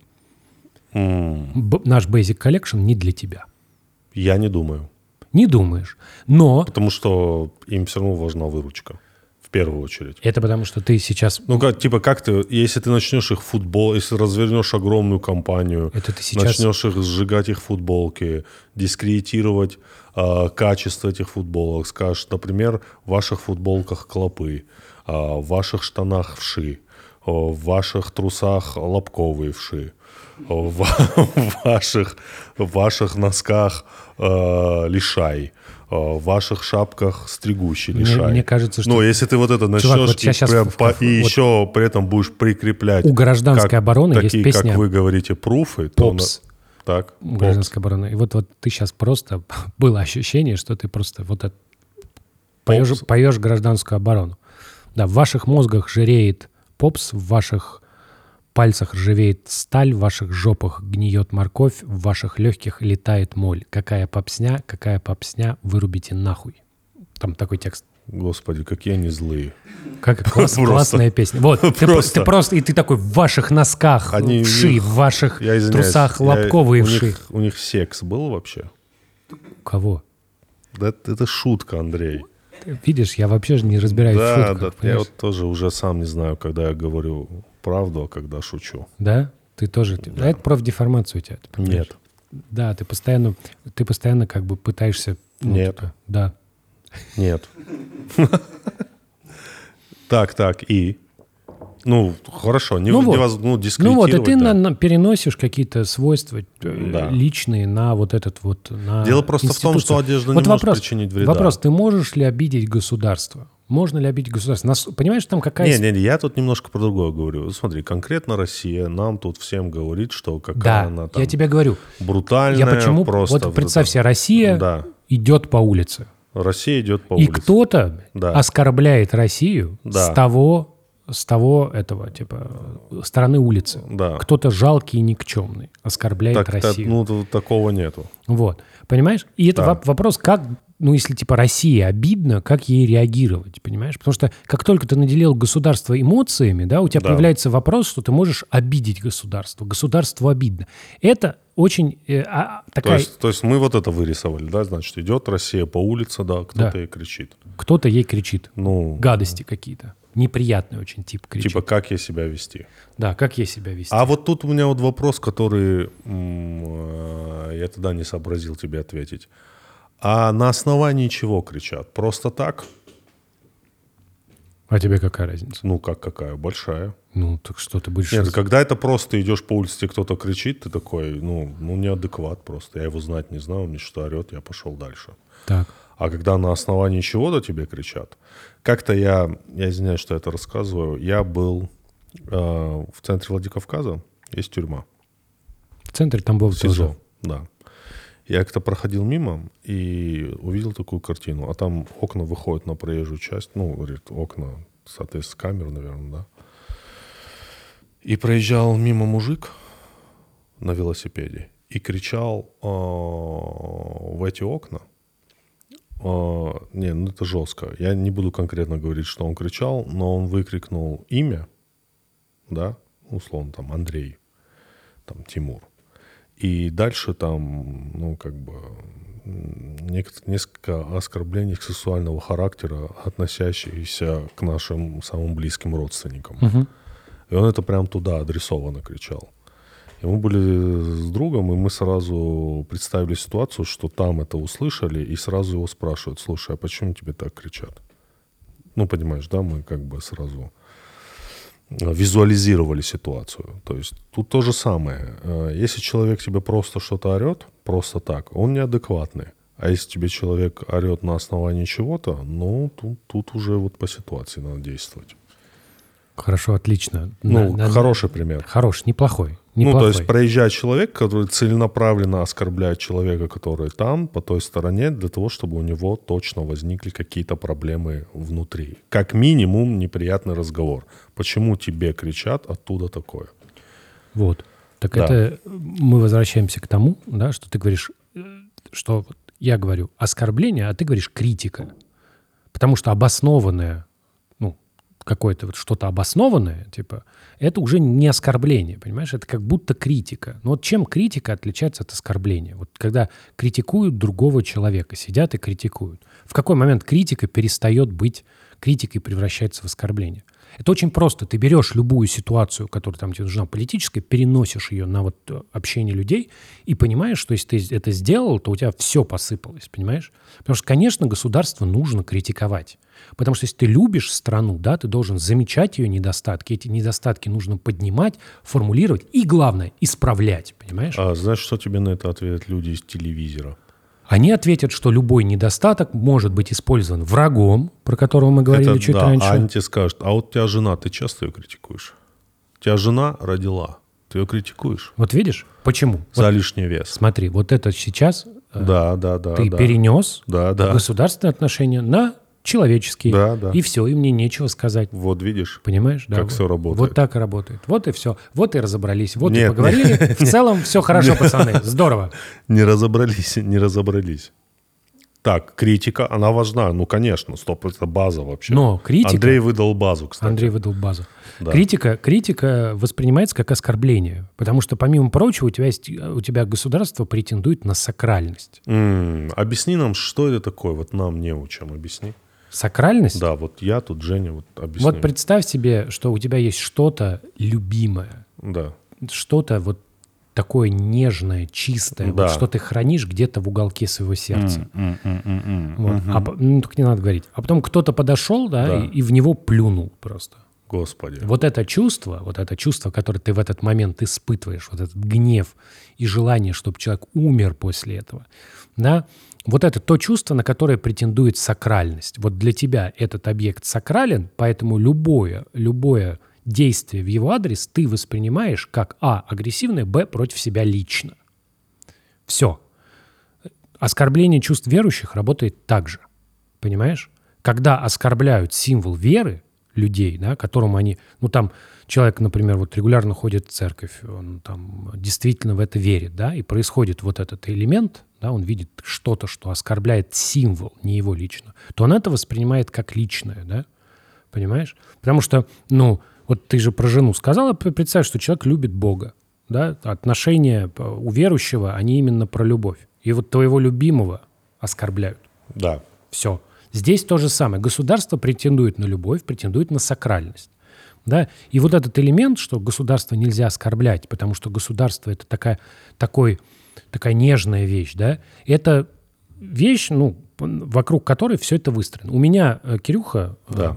Наш Basic Collection не для тебя. Я не думаю. Не думаешь. Но Потому что им все равно важна выручка. В первую очередь. это потому, что ты сейчас... Как ты, если ты начнешь их если развернешь огромную компанию, Это ты сейчас... начнешь их сжигать их футболки, дискредитировать качество этих футболок, скажешь, например, в ваших футболках клопы, в ваших штанах вши, в ваших трусах лобковые вши, в ваших носках лишай, в ваших шапках стригущий лишай. Мне кажется, что... Ну, если ты вот это начнешь Чувак, вот я сейчас еще при этом будешь прикреплять... У гражданской обороны есть песня... как вы говорите, пруфы, то... Так, у гражданской обороны. И вот ты сейчас просто... Было ощущение, что ты просто вот это... Поешь гражданскую оборону. Да, в ваших мозгах жиреет попс, в ваших пальцах ржавеет сталь, в ваших жопах гниет морковь, в ваших легких летает моль. Какая попсня, вырубите нахуй. Там такой текст. Господи, какие они злые. Классная песня. Вот, ты просто, и ты такой в ваших носках вши, в ваших трусах лобковые вши. У них секс был вообще? У кого? Да это шутка, Андрей. Видишь, я вообще же не разбираюсь в шутках. Да, я вот тоже уже сам не знаю, когда я говорю правду, а когда шучу. Да? Ты тоже... Да. Это профдеформация у тебя. Нет. Да, ты постоянно как бы пытаешься... Нет. Да. Нет. Так, и... Ну, хорошо, невозможно дискредитировать. Ну вот, и ты переносишь какие-то свойства личные на вот этот вот... На дело просто институцию. в том, что одежда не может причинить вреда. Вопрос, ты можешь ли обидеть государство? Можно ли обидеть государство? Понимаешь, там какая... Не, я тут немножко про другое говорю. Смотри, конкретно Россия нам тут всем говорит, что какая она там... я тебе говорю. Брутальная, просто... Вот представь себе, Россия идет по улице. Россия идет по улице. И кто-то оскорбляет Россию с того этого, типа, стороны улицы. Да. Кто-то жалкий и никчемный оскорбляет Россию. Такого нету. Вот. Понимаешь? И это вопрос, как, если, типа, России обидно, как ей реагировать, понимаешь? Потому что как только ты наделил государство эмоциями, у тебя появляется вопрос, что ты можешь обидеть государство. Государству обидно. Это очень такая... То есть мы вот это вырисовали, да? Значит, идет Россия по улице, кто-то ей кричит. Кто-то ей кричит. Гадости какие-то. Неприятный очень тип кричит. Типа, как ей себя вести? Да, как ей себя вести. А вот тут у меня вот вопрос, который я тогда не сообразил тебе ответить. А на основании чего кричат? Просто так? А тебе какая разница? Какая? Большая. Так что ты будешь... Нет, когда это просто идешь по улице, тебе кто-то кричит, ты такой, неадекват просто. Я его знать не знаю, он мне что-то орет, я пошел дальше. Так. А когда на основании чего-то тебе кричат... Как-то я извиняюсь, что я это рассказываю, я был в центре Владикавказа, есть тюрьма. В центре Тамбова СИЗО, да. Я как-то проходил мимо и увидел такую картину. А там окна выходят на проезжую часть. Окна, соответственно, камер, наверное, да. И проезжал мимо мужик на велосипеде и кричал в эти окна. Это жестко. Я не буду конкретно говорить, что он кричал, но он выкрикнул имя, да, условно, там, Андрей, там, Тимур. И дальше там, несколько оскорблений сексуального характера, относящихся к нашим самым близким родственникам. Угу. И он это прям туда адресованно кричал. И мы были с другом, и мы сразу представили ситуацию, что там это услышали, и сразу его спрашивают: слушай, а почему тебе так кричат? Понимаешь, да, мы как бы сразу визуализировали ситуацию. То есть тут то же самое. Если человек тебе просто что-то орет, просто так, он неадекватный. А если тебе человек орет на основании чего-то, тут уже вот по ситуации надо действовать. Хорошо, отлично. Хороший пример. Хороший, неплохой. То есть проезжает человек, который целенаправленно оскорбляет человека, который там, по той стороне, для того, чтобы у него точно возникли какие-то проблемы внутри. Как минимум неприятный разговор. Почему тебе кричат оттуда такое? Вот. Так это мы возвращаемся к тому, да, что ты говоришь, что я говорю оскорбление, а ты говоришь критика. Потому что обоснованное, какое-то вот что-то обоснованное, типа, это уже не оскорбление, понимаешь? Это как будто критика. Но вот чем критика отличается от оскорбления? Вот когда критикуют другого человека, сидят и критикуют. В какой момент критика перестает быть критикой и превращается в оскорбление? Это очень просто. Ты берешь любую ситуацию, которая там тебе нужна политическая, переносишь ее на вот общение людей и понимаешь, что если ты это сделал, то у тебя все посыпалось, понимаешь? Потому что, конечно, государство нужно критиковать. Потому что если ты любишь страну, да, ты должен замечать ее недостатки. Эти недостатки нужно поднимать, формулировать и, главное, исправлять, понимаешь? А знаешь, что тебе на это ответят люди из телевизора? Они ответят, что любой недостаток может быть использован врагом, про которого мы говорили чуть раньше. А они тебе скажут, а вот у тебя жена, ты часто ее критикуешь? У тебя жена родила, ты ее критикуешь? Вот видишь? Почему? За Вот, лишний вес. смотри, вот это сейчас ты Да. перенес Да. государственные отношения на человеческие. Да. И все, и мне нечего сказать. Вот видишь, Понимаешь? Да, как вот. все работает. Вот так и работает. Вот и все. Вот и разобрались. Вот и Нет, поговорили. В целом все хорошо, пацаны. Здорово. Не разобрались. Так, критика, она важна. Ну, конечно, стоп, это база вообще. Но критика... Андрей выдал базу, кстати. Андрей выдал базу. Да. Критика воспринимается как оскорбление. Потому что, помимо прочего, у тебя государство претендует на сакральность. Объясни нам, что это такое? Вот нам неучим, объясни. Сакральность? Да, вот я тут, Женя, вот объясни. Вот представь себе, что у тебя есть что-то любимое. Да. Что-то вот такое нежное, чистое, Да. вот, что ты хранишь где-то в уголке своего сердца. Вот. Только не надо говорить. А потом кто-то подошел, Да. и в него плюнул просто. Господи. Вот это чувство, которое ты в этот момент испытываешь, вот этот гнев и желание, чтобы человек умер после этого, да, вот это то чувство, на которое претендует сакральность. Вот для тебя этот объект сакрален, поэтому любое действие в его адрес ты воспринимаешь как агрессивное, против себя лично. Все. Оскорбление чувств верующих работает так же. Понимаешь? Когда оскорбляют символ веры людей, да, которому они... Ну, там человек, например, вот регулярно ходит в церковь, он там действительно в это верит, да, и происходит вот этот элемент, да, он видит что-то, что оскорбляет символ, не его лично, то он это воспринимает как личное, да, понимаешь? Потому что, вот ты же про жену сказала, представь, что человек любит Бога, да, отношения у верующего, они именно про любовь. И вот твоего любимого оскорбляют. Да. Все. Здесь то же самое. Государство претендует на любовь, претендует на сакральность. Да? И вот этот элемент, что государство нельзя оскорблять, потому что государство — это такая нежная вещь, да? Это вещь, вокруг которой все это выстроено. У меня Кирюха... Да.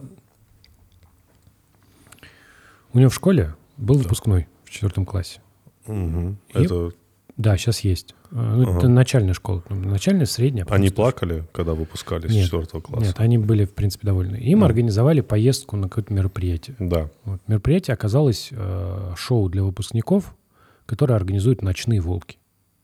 У него в школе был выпускной в 4 классе. Угу. И- Да, сейчас есть. Это начальная школа. Начальная, средняя. потом Они старшая. плакали, когда выпускались Нет, с 4 класса? Нет, они были, в принципе, довольны. Им организовали поездку на какое-то мероприятие. Да. Вот. Мероприятие оказалось шоу для выпускников, которое организуют «Ночные волки».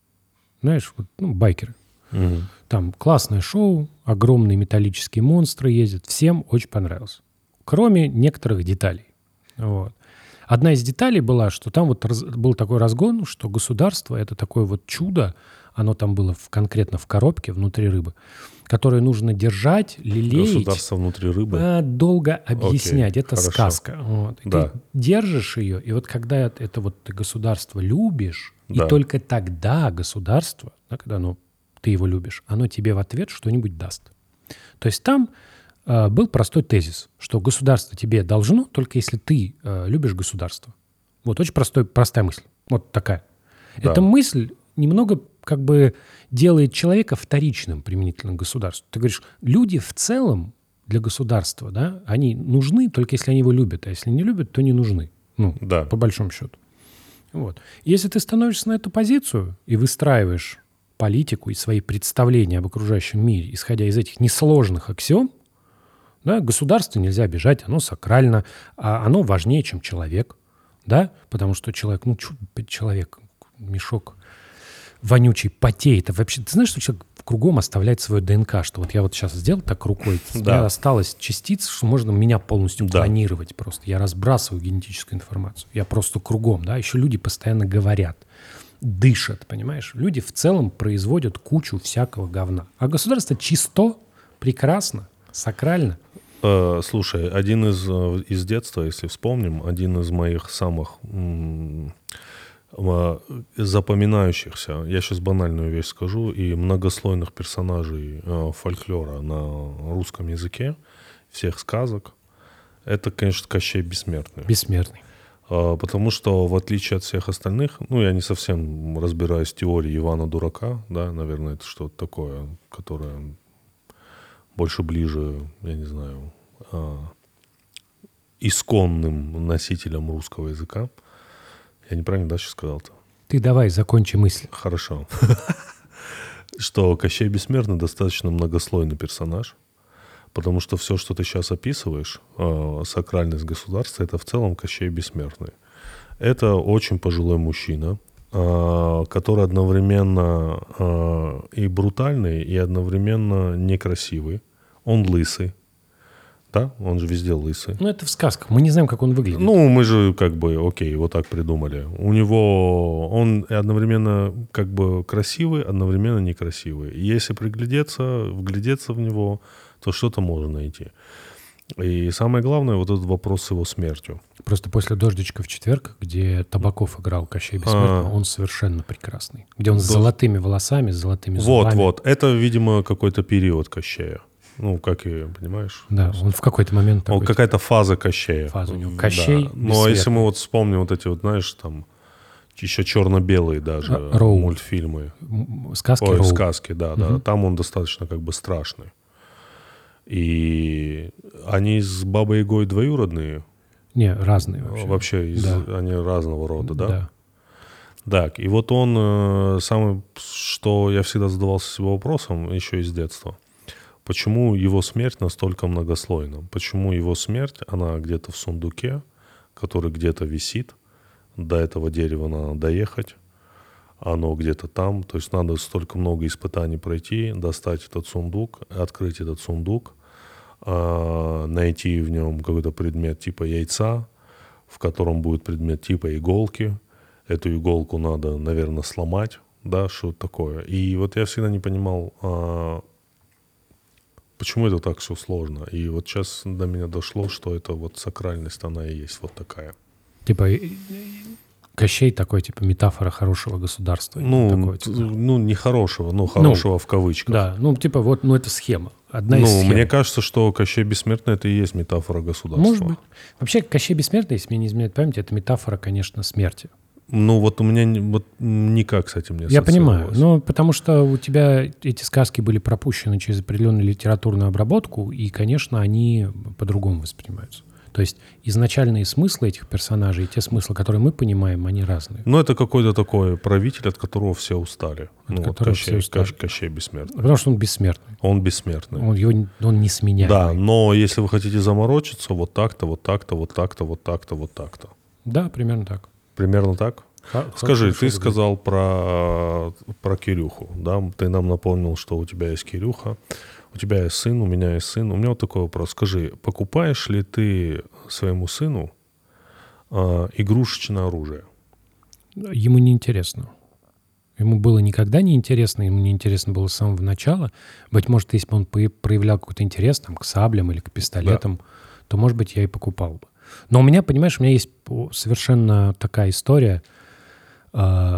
Знаешь, байкеры. Мгм. Там классное шоу, огромные металлические монстры ездят. Всем очень понравилось. Кроме некоторых деталей. Вот. Одна из деталей была, что там вот был такой разгон, что государство — это такое вот чудо, оно там было конкретно в коробке внутри рыбы, которое нужно держать, лелеять. Государство внутри рыбы. Долго объяснять. Окей, Это хорошо. сказка. Вот. И Да. ты держишь ее, и вот когда это вот ты государство любишь, Да. и только тогда государство, да, когда ты его любишь, оно тебе в ответ что-нибудь даст. То есть там был простой тезис, что государство тебе должно, только если ты любишь государство. Вот очень простая мысль. Вот такая. Да. Эта мысль немного как бы делает человека вторичным применительно к государству. Ты говоришь, люди в целом для государства, да, они нужны, только если они его любят, а если не любят, то не нужны. Да. По большому счету. Вот. Если ты становишься на эту позицию и выстраиваешь политику и свои представления об окружающем мире, исходя из этих несложных аксиом, да, государство нельзя обижать, оно сакрально, а оно важнее, чем человек. Да? Потому что человек, человек, мешок вонючий, потеет. А вообще, ты знаешь, что человек кругом оставляет свое ДНК, что вот я вот сейчас сделал так рукой, у меня осталась частица, что можно меня полностью клонировать просто. Я разбрасываю генетическую информацию. Я просто кругом, да. Еще люди постоянно говорят, дышат, понимаешь? Люди в целом производят кучу всякого говна. А государство чисто, прекрасно, сакрально. Слушай, один из детства, если вспомним, один из моих самых запоминающихся, я сейчас банальную вещь скажу, и многослойных персонажей фольклора на русском языке, всех сказок, это, конечно, Кощей Бессмертный. Бессмертный. Потому что, в отличие от всех остальных, я не совсем разбираюсь в теории Ивана Дурака, да, наверное, это что-то такое, которое больше ближе, я не знаю, исконным носителям русского языка. Я неправильно, да, сейчас сказал-то? Ты давай, закончи мысль. Хорошо. что Кощей Бессмертный достаточно многослойный персонаж, потому что все, что ты сейчас описываешь, сакральность государства, это в целом Кощей Бессмертный. Это очень пожилой мужчина, который одновременно и брутальный, и одновременно некрасивый. Он лысый. Да, он же везде лысый. Ну, это в сказках. Мы не знаем, как он выглядит. Ну, мы же как бы, окей, вот так придумали. У него, он одновременно как бы красивый, одновременно некрасивый. И если вглядеться в него, то что-то можно найти. И самое главное, вот этот вопрос с его смертью. Просто после «Дождичка в четверг», где Табаков играл Кощей Бессмертного, он совершенно прекрасный. Где он с золотыми волосами, с золотыми зубами. Вот. Это, видимо, какой-то период Кощея. Ну, как и, понимаешь? Да, он в какой-то момент такой... Какая-то фаза Кощея. Фаза у него. Кощей да. Но если мы вот вспомним вот эти вот, знаешь, там, еще черно-белые даже мультфильмы. Сказки Роу. Роу. Сказки, да. Там он достаточно как бы страшный. И они с Бабой Ягой двоюродные? Не, разные вообще. Вообще они разного рода, да? Да. Так, и вот он, самое, что я всегда задавался себе вопросом еще из детства. Почему его смерть настолько многослойна? Почему его смерть, она где-то в сундуке, который где-то висит, до этого дерева надо доехать, оно где-то там, то есть надо столько много испытаний пройти, достать этот сундук, открыть этот сундук, найти в нем какой-то предмет типа яйца, в котором будет предмет типа иголки. Эту иголку надо, наверное, сломать, да, что такое. И вот я всегда не понимал, почему это так все сложно. И вот сейчас до меня дошло, что это вот сакральность, она и есть вот такая. Типа Кощей такой, типа, метафора хорошего государства. Не хорошего, но хорошего в кавычках. Да, типа вот, это схема. Одна из схем. Мне кажется, что Кощей Бессмертный — это и есть метафора государства. Может быть. Вообще, Кощей Бессмертный, если мне не изменяет память, это метафора, конечно, смерти. Вот у меня вот никак с этим не ассоциировалось. Я понимаю, потому что у тебя эти сказки были пропущены через определенную литературную обработку, и, конечно, они по-другому воспринимаются. То есть изначальные смыслы этих персонажей, те смыслы, которые мы понимаем, они разные. Это какой-то такой правитель, от которого все устали. Кощей Бессмертный. Потому что он бессмертный. Он бессмертный. Он несменяемый. Да, но если вы хотите заморочиться, вот так-то, вот так-то, вот так-то, вот так-то, вот так-то. Да, примерно так. Примерно так? Скажи, ты сказал про Кирюху, да? Ты нам напомнил, что у тебя есть Кирюха, у тебя есть сын, у меня есть сын. У меня вот такой вопрос. Скажи, покупаешь ли ты своему сыну игрушечное оружие? Ему не интересно. Ему было никогда не интересно, ему не интересно было с самого начала. Быть может, если бы он проявлял какой-то интерес там, к саблям или к пистолетам, то, может быть, я и покупал бы. Но у меня, понимаешь, у меня есть совершенно такая история. У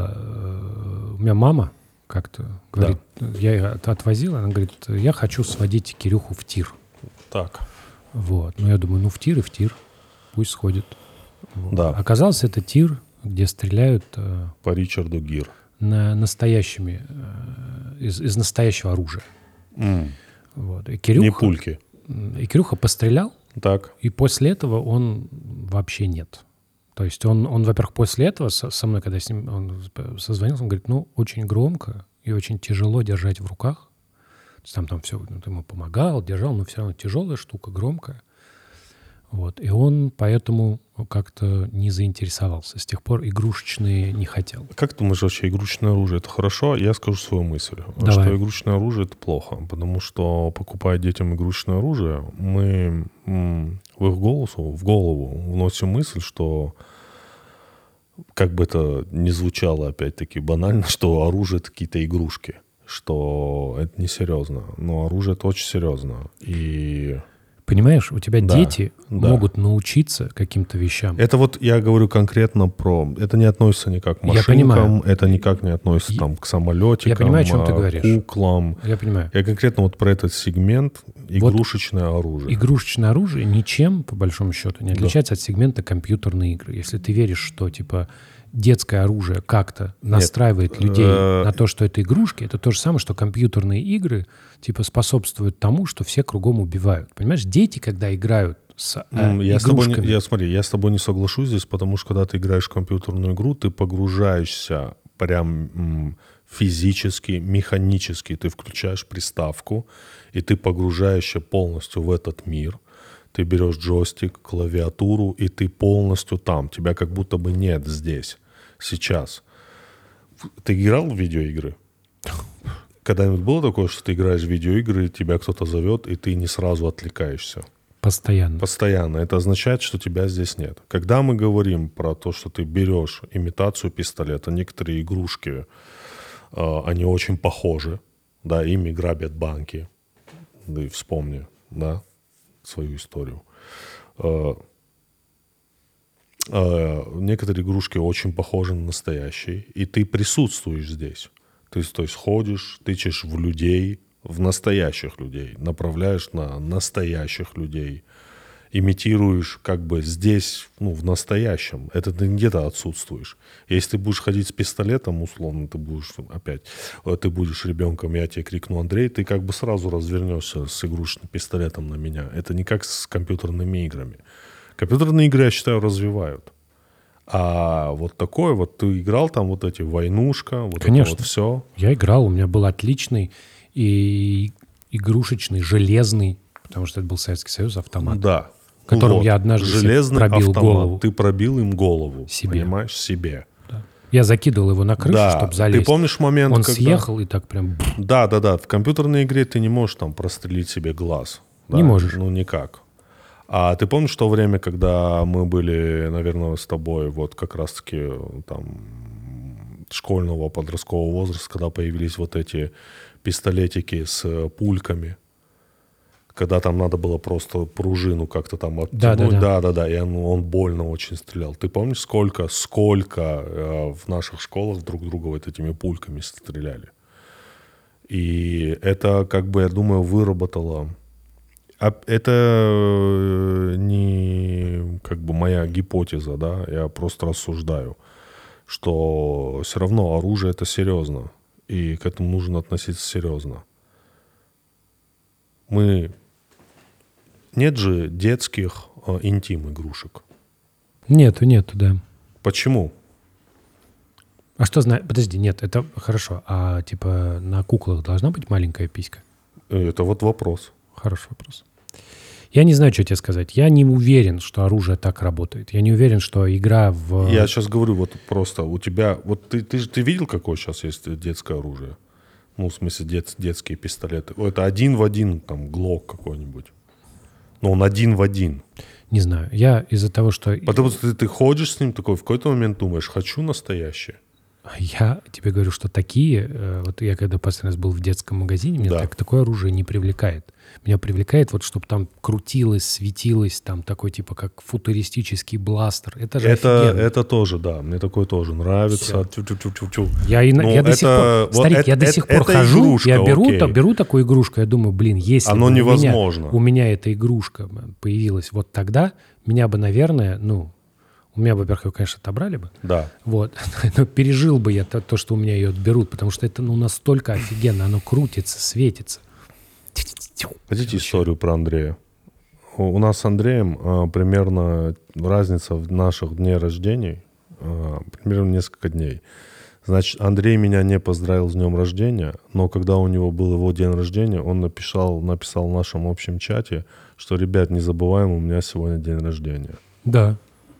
меня мама как-то говорит, я ее отвозил, она говорит, я хочу сводить Кирюху в тир. Так. Вот. Я думаю, в тир и в тир. Пусть сходит. Вот. Да. Оказалось, это тир, где стреляют... По Ричарду Гир. Настоящими, из настоящего оружия. Вот. И Кирюха, не пульки. И Кирюха пострелял, так. И после этого он вообще нет. То есть он во-первых, после этого со мной, когда с ним он созвонился, он говорит, очень громко и очень тяжело держать в руках. Там все, ты ему помогал, держал, но все равно тяжелая штука, громкая. Вот. И он поэтому как-то не заинтересовался. С тех пор игрушечные не хотел. Как ты думаешь, вообще игрушечное оружие — это хорошо? Я скажу свою мысль. Давай. Что игрушечное оружие — это плохо. Потому что, покупая детям игрушечное оружие, мы в их голову вносим мысль, что, как бы это ни звучало опять-таки банально, что оружие — это какие-то игрушки. Что это несерьезно. Но оружие — это очень серьезно. И... Понимаешь, у тебя дети могут научиться каким-то вещам. Это вот я говорю конкретно про... Это не относится никак к машинкам, это никак не относится к самолетикам, я понимаю, о чем ты говоришь. Куклам. Я понимаю. Я конкретно вот про этот сегмент игрушечное оружие. Игрушечное оружие ничем, по большому счету, не отличается от сегмента компьютерной игры. Если ты веришь, что типа детское оружие как-то настраивает людей на то, что это игрушки, это то же самое, что компьютерные игры типа способствуют тому, что все кругом убивают. Понимаешь, дети, когда играют с игрушками... Я с тобой не соглашусь здесь, потому что когда ты играешь в компьютерную игру, ты погружаешься прям физически, механически ты включаешь приставку, и ты погружаешься полностью в этот мир. Ты берешь джойстик, клавиатуру, и ты полностью там. Тебя как будто бы нет здесь, сейчас. Ты играл в видеоигры? Когда-нибудь было такое, что ты играешь в видеоигры, тебя кто-то зовет, и ты не сразу отвлекаешься? Постоянно. Постоянно. Это означает, что тебя здесь нет. Когда мы говорим про то, что ты берешь имитацию пистолета, некоторые игрушки, они очень похожи, да, ими грабят банки. Да и вспомни, да, свою историю. Некоторые игрушки очень похожи на настоящие, и ты присутствуешь здесь. Ты, то есть, ходишь, тычешь в людей, в настоящих людей, направляешь на настоящих людей, имитируешь как бы здесь, ну, в настоящем. Это ты где-то отсутствуешь. Если ты будешь ходить с пистолетом, условно, ты будешь ребенком, я тебе крикну Андрей, ты как бы сразу развернешься с игрушечным пистолетом на меня. Это не как с компьютерными играми. Компьютерные игры, я считаю, развивают. А вот такое вот, ты играл там вот эти войнушка, вот Конечно. это вот все. Я играл, у меня был отличный и игрушечный, железный, потому что это был Советский Союз, автомат. Да. Которым Вот. я однажды железный пробил автомат. голову. Ты пробил им голову, Себе. понимаешь, себе. Да. Я закидывал его на крышу, Да. чтобы залезть. Ты помнишь момент, Он когда... съехал и так прям... Да. В компьютерной игре ты не можешь там прострелить себе глаз. Да? Не можешь. Ну, никак. А ты помнишь то время, когда мы были, наверное, с тобой вот как раз-таки там школьного, подросткового возраста, когда появились вот эти пистолетики с пульками, когда там надо было просто пружину как-то там оттянуть. Да, и он больно очень стрелял. Ты помнишь, сколько в наших школах друг друга вот этими пульками стреляли? И это, как бы, я думаю, выработало... Это не как бы моя гипотеза, да, я просто рассуждаю, что все равно оружие — это серьезно, и к этому нужно относиться серьезно. Нет же детских интим-игрушек. Нету, да. Почему? А что значит... Подожди, нет, это хорошо. А типа на куклах должна быть маленькая писька? Это вот вопрос. Хороший вопрос. Я не знаю, что тебе сказать. Я не уверен, что оружие так работает. Я не уверен, что игра в... Я сейчас говорю вот просто у тебя... Вот ты видел, какое сейчас есть детское оружие? Ну, в смысле, детские пистолеты. Это 1 в 1, там, Глок какой-нибудь. Но он 1 в 1. Не знаю. Я из-за того, что... Потому что ты ходишь с ним такой, в какой-то момент думаешь, хочу настоящее. Я тебе говорю, что такие... Вот я когда последний раз был в детском магазине, меня такое оружие не привлекает. Меня привлекает, вот, чтобы там крутилось, светилось, там такой типа как футуристический бластер. Это же офигенно. Это тоже, да. Мне такое тоже нравится. Я до сих пор... Старик, я до сих пор хожу, игрушка, я беру такую игрушку, я думаю, блин, если оно бы невозможно. у меня эта игрушка появилась вот тогда, меня бы, наверное, у меня, во-первых, ее, конечно, отобрали бы. Да. Вот. Но пережил бы я то, что у меня ее отберут, потому что это настолько офигенно, оно крутится, светится. Хотите историю про Андрея? У нас с Андреем примерно разница в наших дней рождений, примерно несколько дней. Значит, Андрей меня не поздравил с днем рождения, но когда у него был его день рождения, он написал в нашем общем чате, что, ребят, не забываем, у меня сегодня день рождения. Да.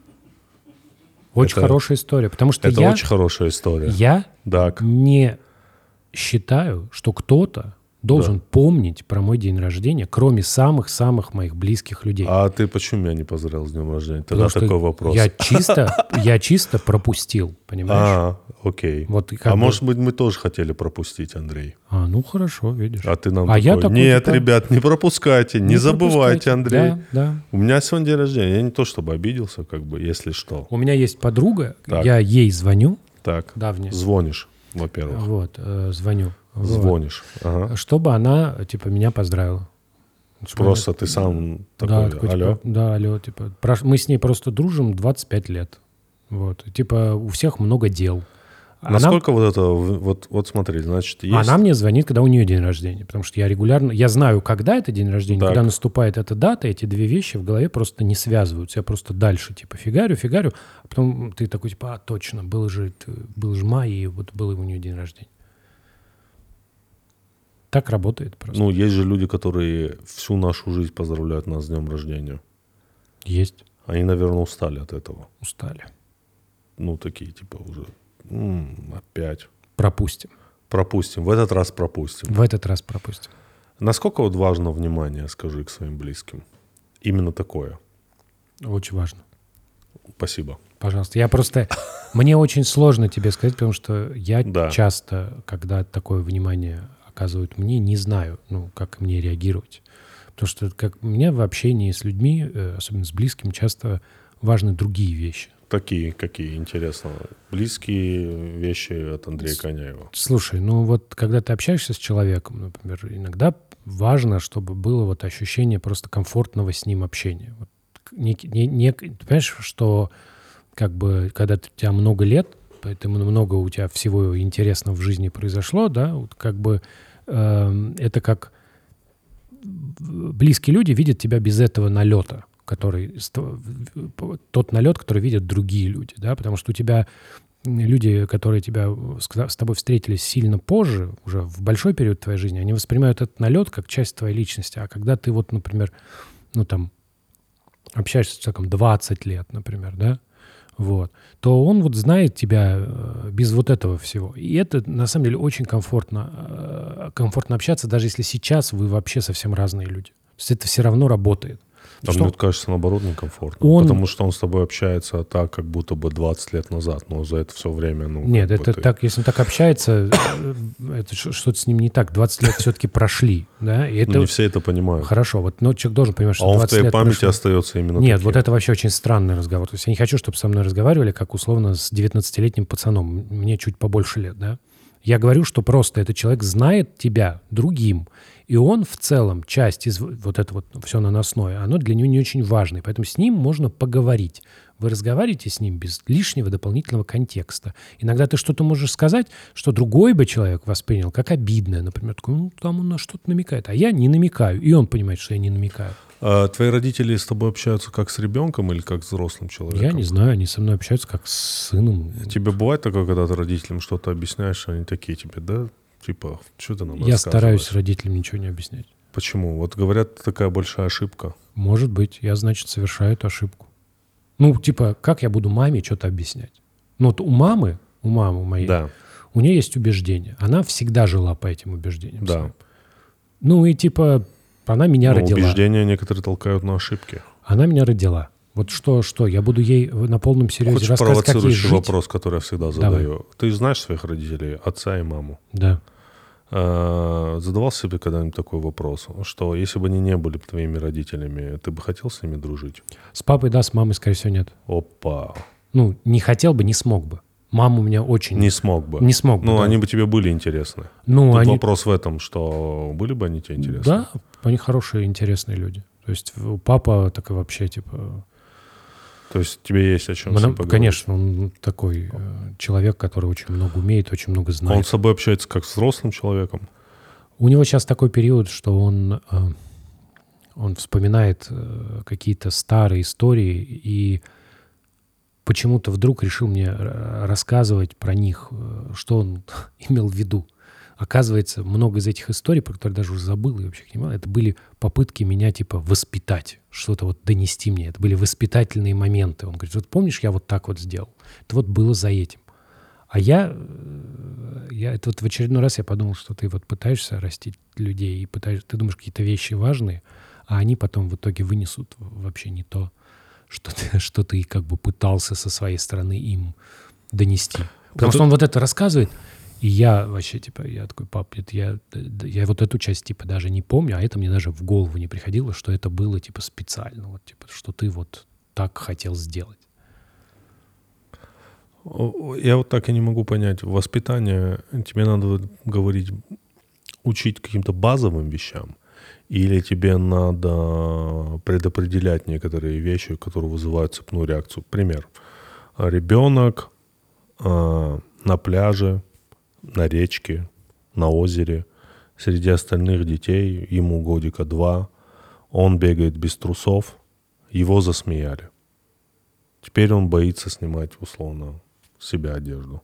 Очень хорошая история, потому что это очень хорошая история. Я не считаю, что кто-то должен помнить про мой день рождения, кроме самых-самых моих близких людей. А ты почему меня не поздравил с днем рождения? Тогда такой вопрос. Я чисто пропустил, понимаешь? Окей. Вот, может быть, мы тоже хотели пропустить, Андрей? Ну хорошо, видишь. А ты нам такой, нет, ребят, не пропускайте, не забывайте, Андрей. Да. У меня сегодня день рождения. Я не то чтобы обиделся, как бы, если что. У меня есть подруга, я ей звоню. Так, давняя. Звонишь, во-первых. Вот, звоню. Звонишь. Ага. Чтобы она, типа, меня поздравила. Просто ты сам такой, алло? Да, алло, типа, мы с ней просто дружим 25 лет. Вот, типа, у всех много дел. Насколько вот это... Вот смотри, значит, есть... Она мне звонит, когда у нее день рождения, потому что я регулярно... Я знаю, когда это день рождения, Так. когда наступает эта дата, эти две вещи в голове просто не связываются. Я просто дальше, типа, фигарю, а потом ты такой, типа, точно, был же май, и вот был у нее день рождения. Так работает просто. Ну, есть же люди, которые всю нашу жизнь поздравляют нас с днем рождения. Есть. Они, наверное, устали от этого. Устали. Ну, такие, типа, уже опять. Пропустим. Пропустим. В этот раз пропустим. В этот раз пропустим. Насколько вот важно внимание, скажи, к своим близким? Именно такое. Очень важно. Спасибо. Пожалуйста. Я просто... Мне очень сложно тебе сказать, потому что я Да. часто, когда такое внимание оказывают мне, не знаю, как мне реагировать. Потому что как мне в общении с людьми, особенно с близкими, часто важны другие вещи. Такие, какие, интересно. Близкие вещи от Андрея Коняева. Слушай, вот когда ты общаешься с человеком, например, иногда важно, чтобы было вот ощущение просто комфортного с ним общения. Вот ты понимаешь, что как бы когда у тебя много лет, поэтому много у тебя всего интересного в жизни произошло, да, вот как бы это как близкие люди видят тебя без этого налета, тот налет, который видят другие люди, да, потому что у тебя люди, которые с тобой встретились сильно позже, уже в большой период твоей жизни, они воспринимают этот налет как часть твоей личности. А когда ты вот, например, общаешься с человеком 20 лет, например, да, вот, то он вот знает тебя без вот этого всего. И это, на самом деле, очень комфортно общаться, даже если сейчас вы вообще совсем разные люди. То есть это все равно работает. А мне кажется, наоборот, некомфортно. Потому что он с тобой общается так, как будто бы 20 лет назад, но за это все время... Нет, это так, если он так общается, это что-то с ним не так. 20 лет все-таки прошли. Да? И это... Не все это понимают. Хорошо, но человек должен понимать, что 20 лет он в твоей памяти прошло. Остается именно Нет, таким. вот это вообще очень странный разговор. То есть я не хочу, чтобы со мной разговаривали, как условно с 19-летним пацаном. Мне чуть побольше лет, да? Я говорю, что просто этот человек знает тебя другим. И он в целом, часть из вот это вот все наносное, оно для него не очень важно. И поэтому с ним можно поговорить. Вы разговариваете с ним без лишнего дополнительного контекста. Иногда ты что-то можешь сказать, что другой бы человек воспринял как обидное. Например, такой, там он на что-то намекает. А я не намекаю. И он понимает, что я не намекаю. А твои родители с тобой общаются как с ребенком или как с взрослым человеком? Я не знаю, они со мной общаются как с сыном. Тебе бывает такое, когда ты родителям что-то объясняешь, они такие тебе, да? Типа, что ты нам Я рассказываешь? стараюсь родителям ничего не объяснять. Почему? Вот говорят, такая большая ошибка. Может быть, я, значит, совершаю эту ошибку. Типа, как я буду маме что-то объяснять? Вот у мамы моей, Да. у нее есть убеждения. Она всегда жила по этим убеждениям. Да. своим. И типа, она меня родила. Убеждения некоторые толкают на ошибки. Она меня родила. Вот что, я буду ей на полном серьезе Хочешь рассказывать, как ей провоцирующий жить? вопрос, который я всегда задаю? Ты знаешь своих родителей, отца и маму? Да. Задавал себе когда-нибудь такой вопрос, что если бы они не были твоими родителями, ты бы хотел с ними дружить? С папой, да, с мамой, скорее всего, нет. Опа. Не хотел бы, не смог бы. Мама у меня очень... Не смог бы. Не смог бы, да. Они бы тебе были интересны. Тут вопрос в этом, что были бы они тебе интересны? Да, они хорошие, интересные люди. То есть папа такой вообще, типа... То есть тебе есть о чем с ним поговорить? Конечно, он такой человек, который очень много умеет, очень много знает. Он с собой общается как с взрослым человеком? У него сейчас такой период, что он вспоминает какие-то старые истории и почему-то вдруг решил мне рассказывать про них, что он имел в виду. Оказывается, много из этих историй, про которые даже уже забыл и вообще не понимал, это были попытки меня типа воспитать, что-то вот донести мне. Это были воспитательные моменты. Он говорит, вот помнишь, я вот так вот сделал? Это вот было за этим. А я это вот в очередной раз я подумал, что ты вот пытаешься растить людей, и ты думаешь, какие-то вещи важные, а они потом в итоге вынесут вообще не то, что ты как бы пытался со своей стороны им донести. Потому что он вот это рассказывает, и я вообще, типа, я такой, пап, я вот эту часть, типа, даже не помню, а это мне даже в голову не приходило, что это было, типа, специально, вот, типа, что ты вот так хотел сделать. Я вот так и не могу понять. Воспитание, тебе надо говорить, учить каким-то базовым вещам, или тебе надо предопределять некоторые вещи, которые вызывают цепную реакцию. Пример. Ребенок на пляже, на речке, на озере, среди остальных детей, ему годика 2, он бегает без трусов, его засмеяли. Теперь он боится снимать, условно, с себя одежду.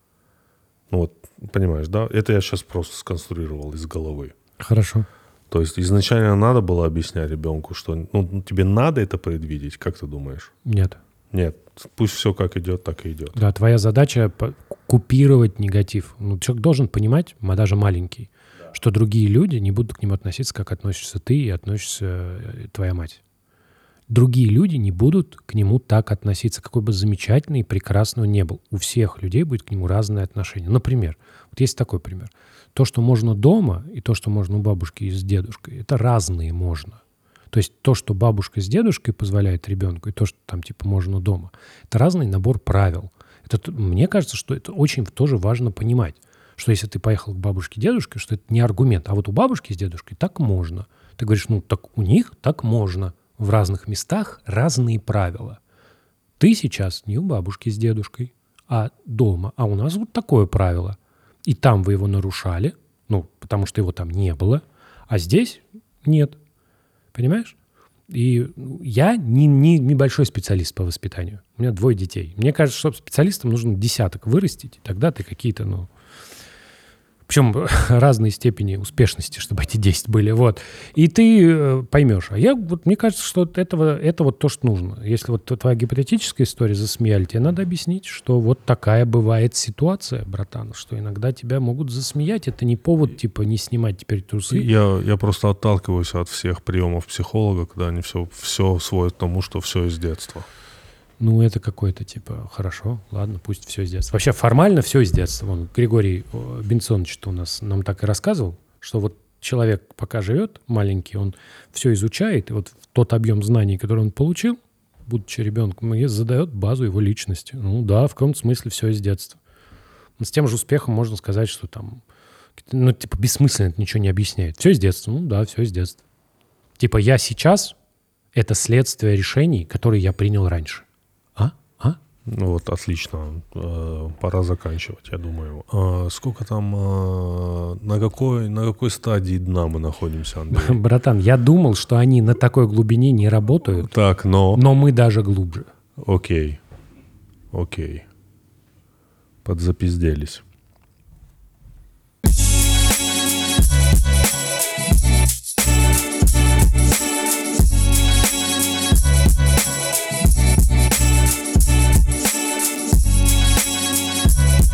Ну вот, понимаешь, да? Это я сейчас просто сконструировал из головы. Хорошо. То есть изначально надо было объяснять ребенку, что тебе надо это предвидеть, как ты думаешь? Нет. Нет, пусть все как идет, так и идет. Да, твоя задача купировать негатив. Человек должен понимать, даже маленький, что другие люди не будут к нему относиться, как относишься ты и относится твоя мать. Другие люди не будут к нему так относиться, какой бы замечательный и прекрасный он не был. У всех людей будет к нему разное отношение. Например, вот есть такой пример. То, что можно дома, и то, что можно у бабушки и с дедушкой, это разные можно. То есть то, что бабушка с дедушкой позволяет ребенку, и то, что там типа можно дома, это разный набор правил. Мне кажется, что это очень тоже важно понимать, что если ты поехал к бабушке с дедушкой, что это не аргумент, а вот у бабушки с дедушкой так можно. Ты говоришь, так у них так можно. В разных местах разные правила. Ты сейчас не у бабушки с дедушкой, а дома. А у нас вот такое правило. И там вы его нарушали, потому что его там не было, а здесь нет. Понимаешь? И я не небольшой специалист по воспитанию. У меня 2 детей. Мне кажется, что специалистам нужно 10 вырастить, и тогда ты какие-то, причем разной степени успешности, чтобы эти 10 были. Вот. И ты поймешь. А мне кажется, что это вот то, что нужно. Если вот твоя гипотетическая история засмеяли, тебе надо объяснить, что вот такая бывает ситуация, братан, что иногда тебя могут засмеять. Это не повод, типа, не снимать теперь трусы. Я просто отталкиваюсь от всех приемов психолога, когда они все сводят к тому, что все из детства. Это какой-то типа, хорошо, ладно, пусть все из детства. Вообще формально все из детства. Вон, Григорий Бенсонович-то у нас нам так и рассказывал, что вот человек пока живет маленький, он все изучает, и вот тот объем знаний, который он получил, будучи ребенком, задает базу его личности. Да, в каком-то смысле все из детства. С тем же успехом можно сказать, что там, бессмысленно это ничего не объясняет. Все из детства. Да, все из детства. Типа я сейчас — это следствие решений, которые я принял раньше. Вот, отлично. Пора заканчивать, я думаю. Сколько там, на какой стадии дна мы находимся, Андрей? Братан, я думал, что они на такой глубине не работают. Так, но мы даже глубже. Окей. Подзапизделись.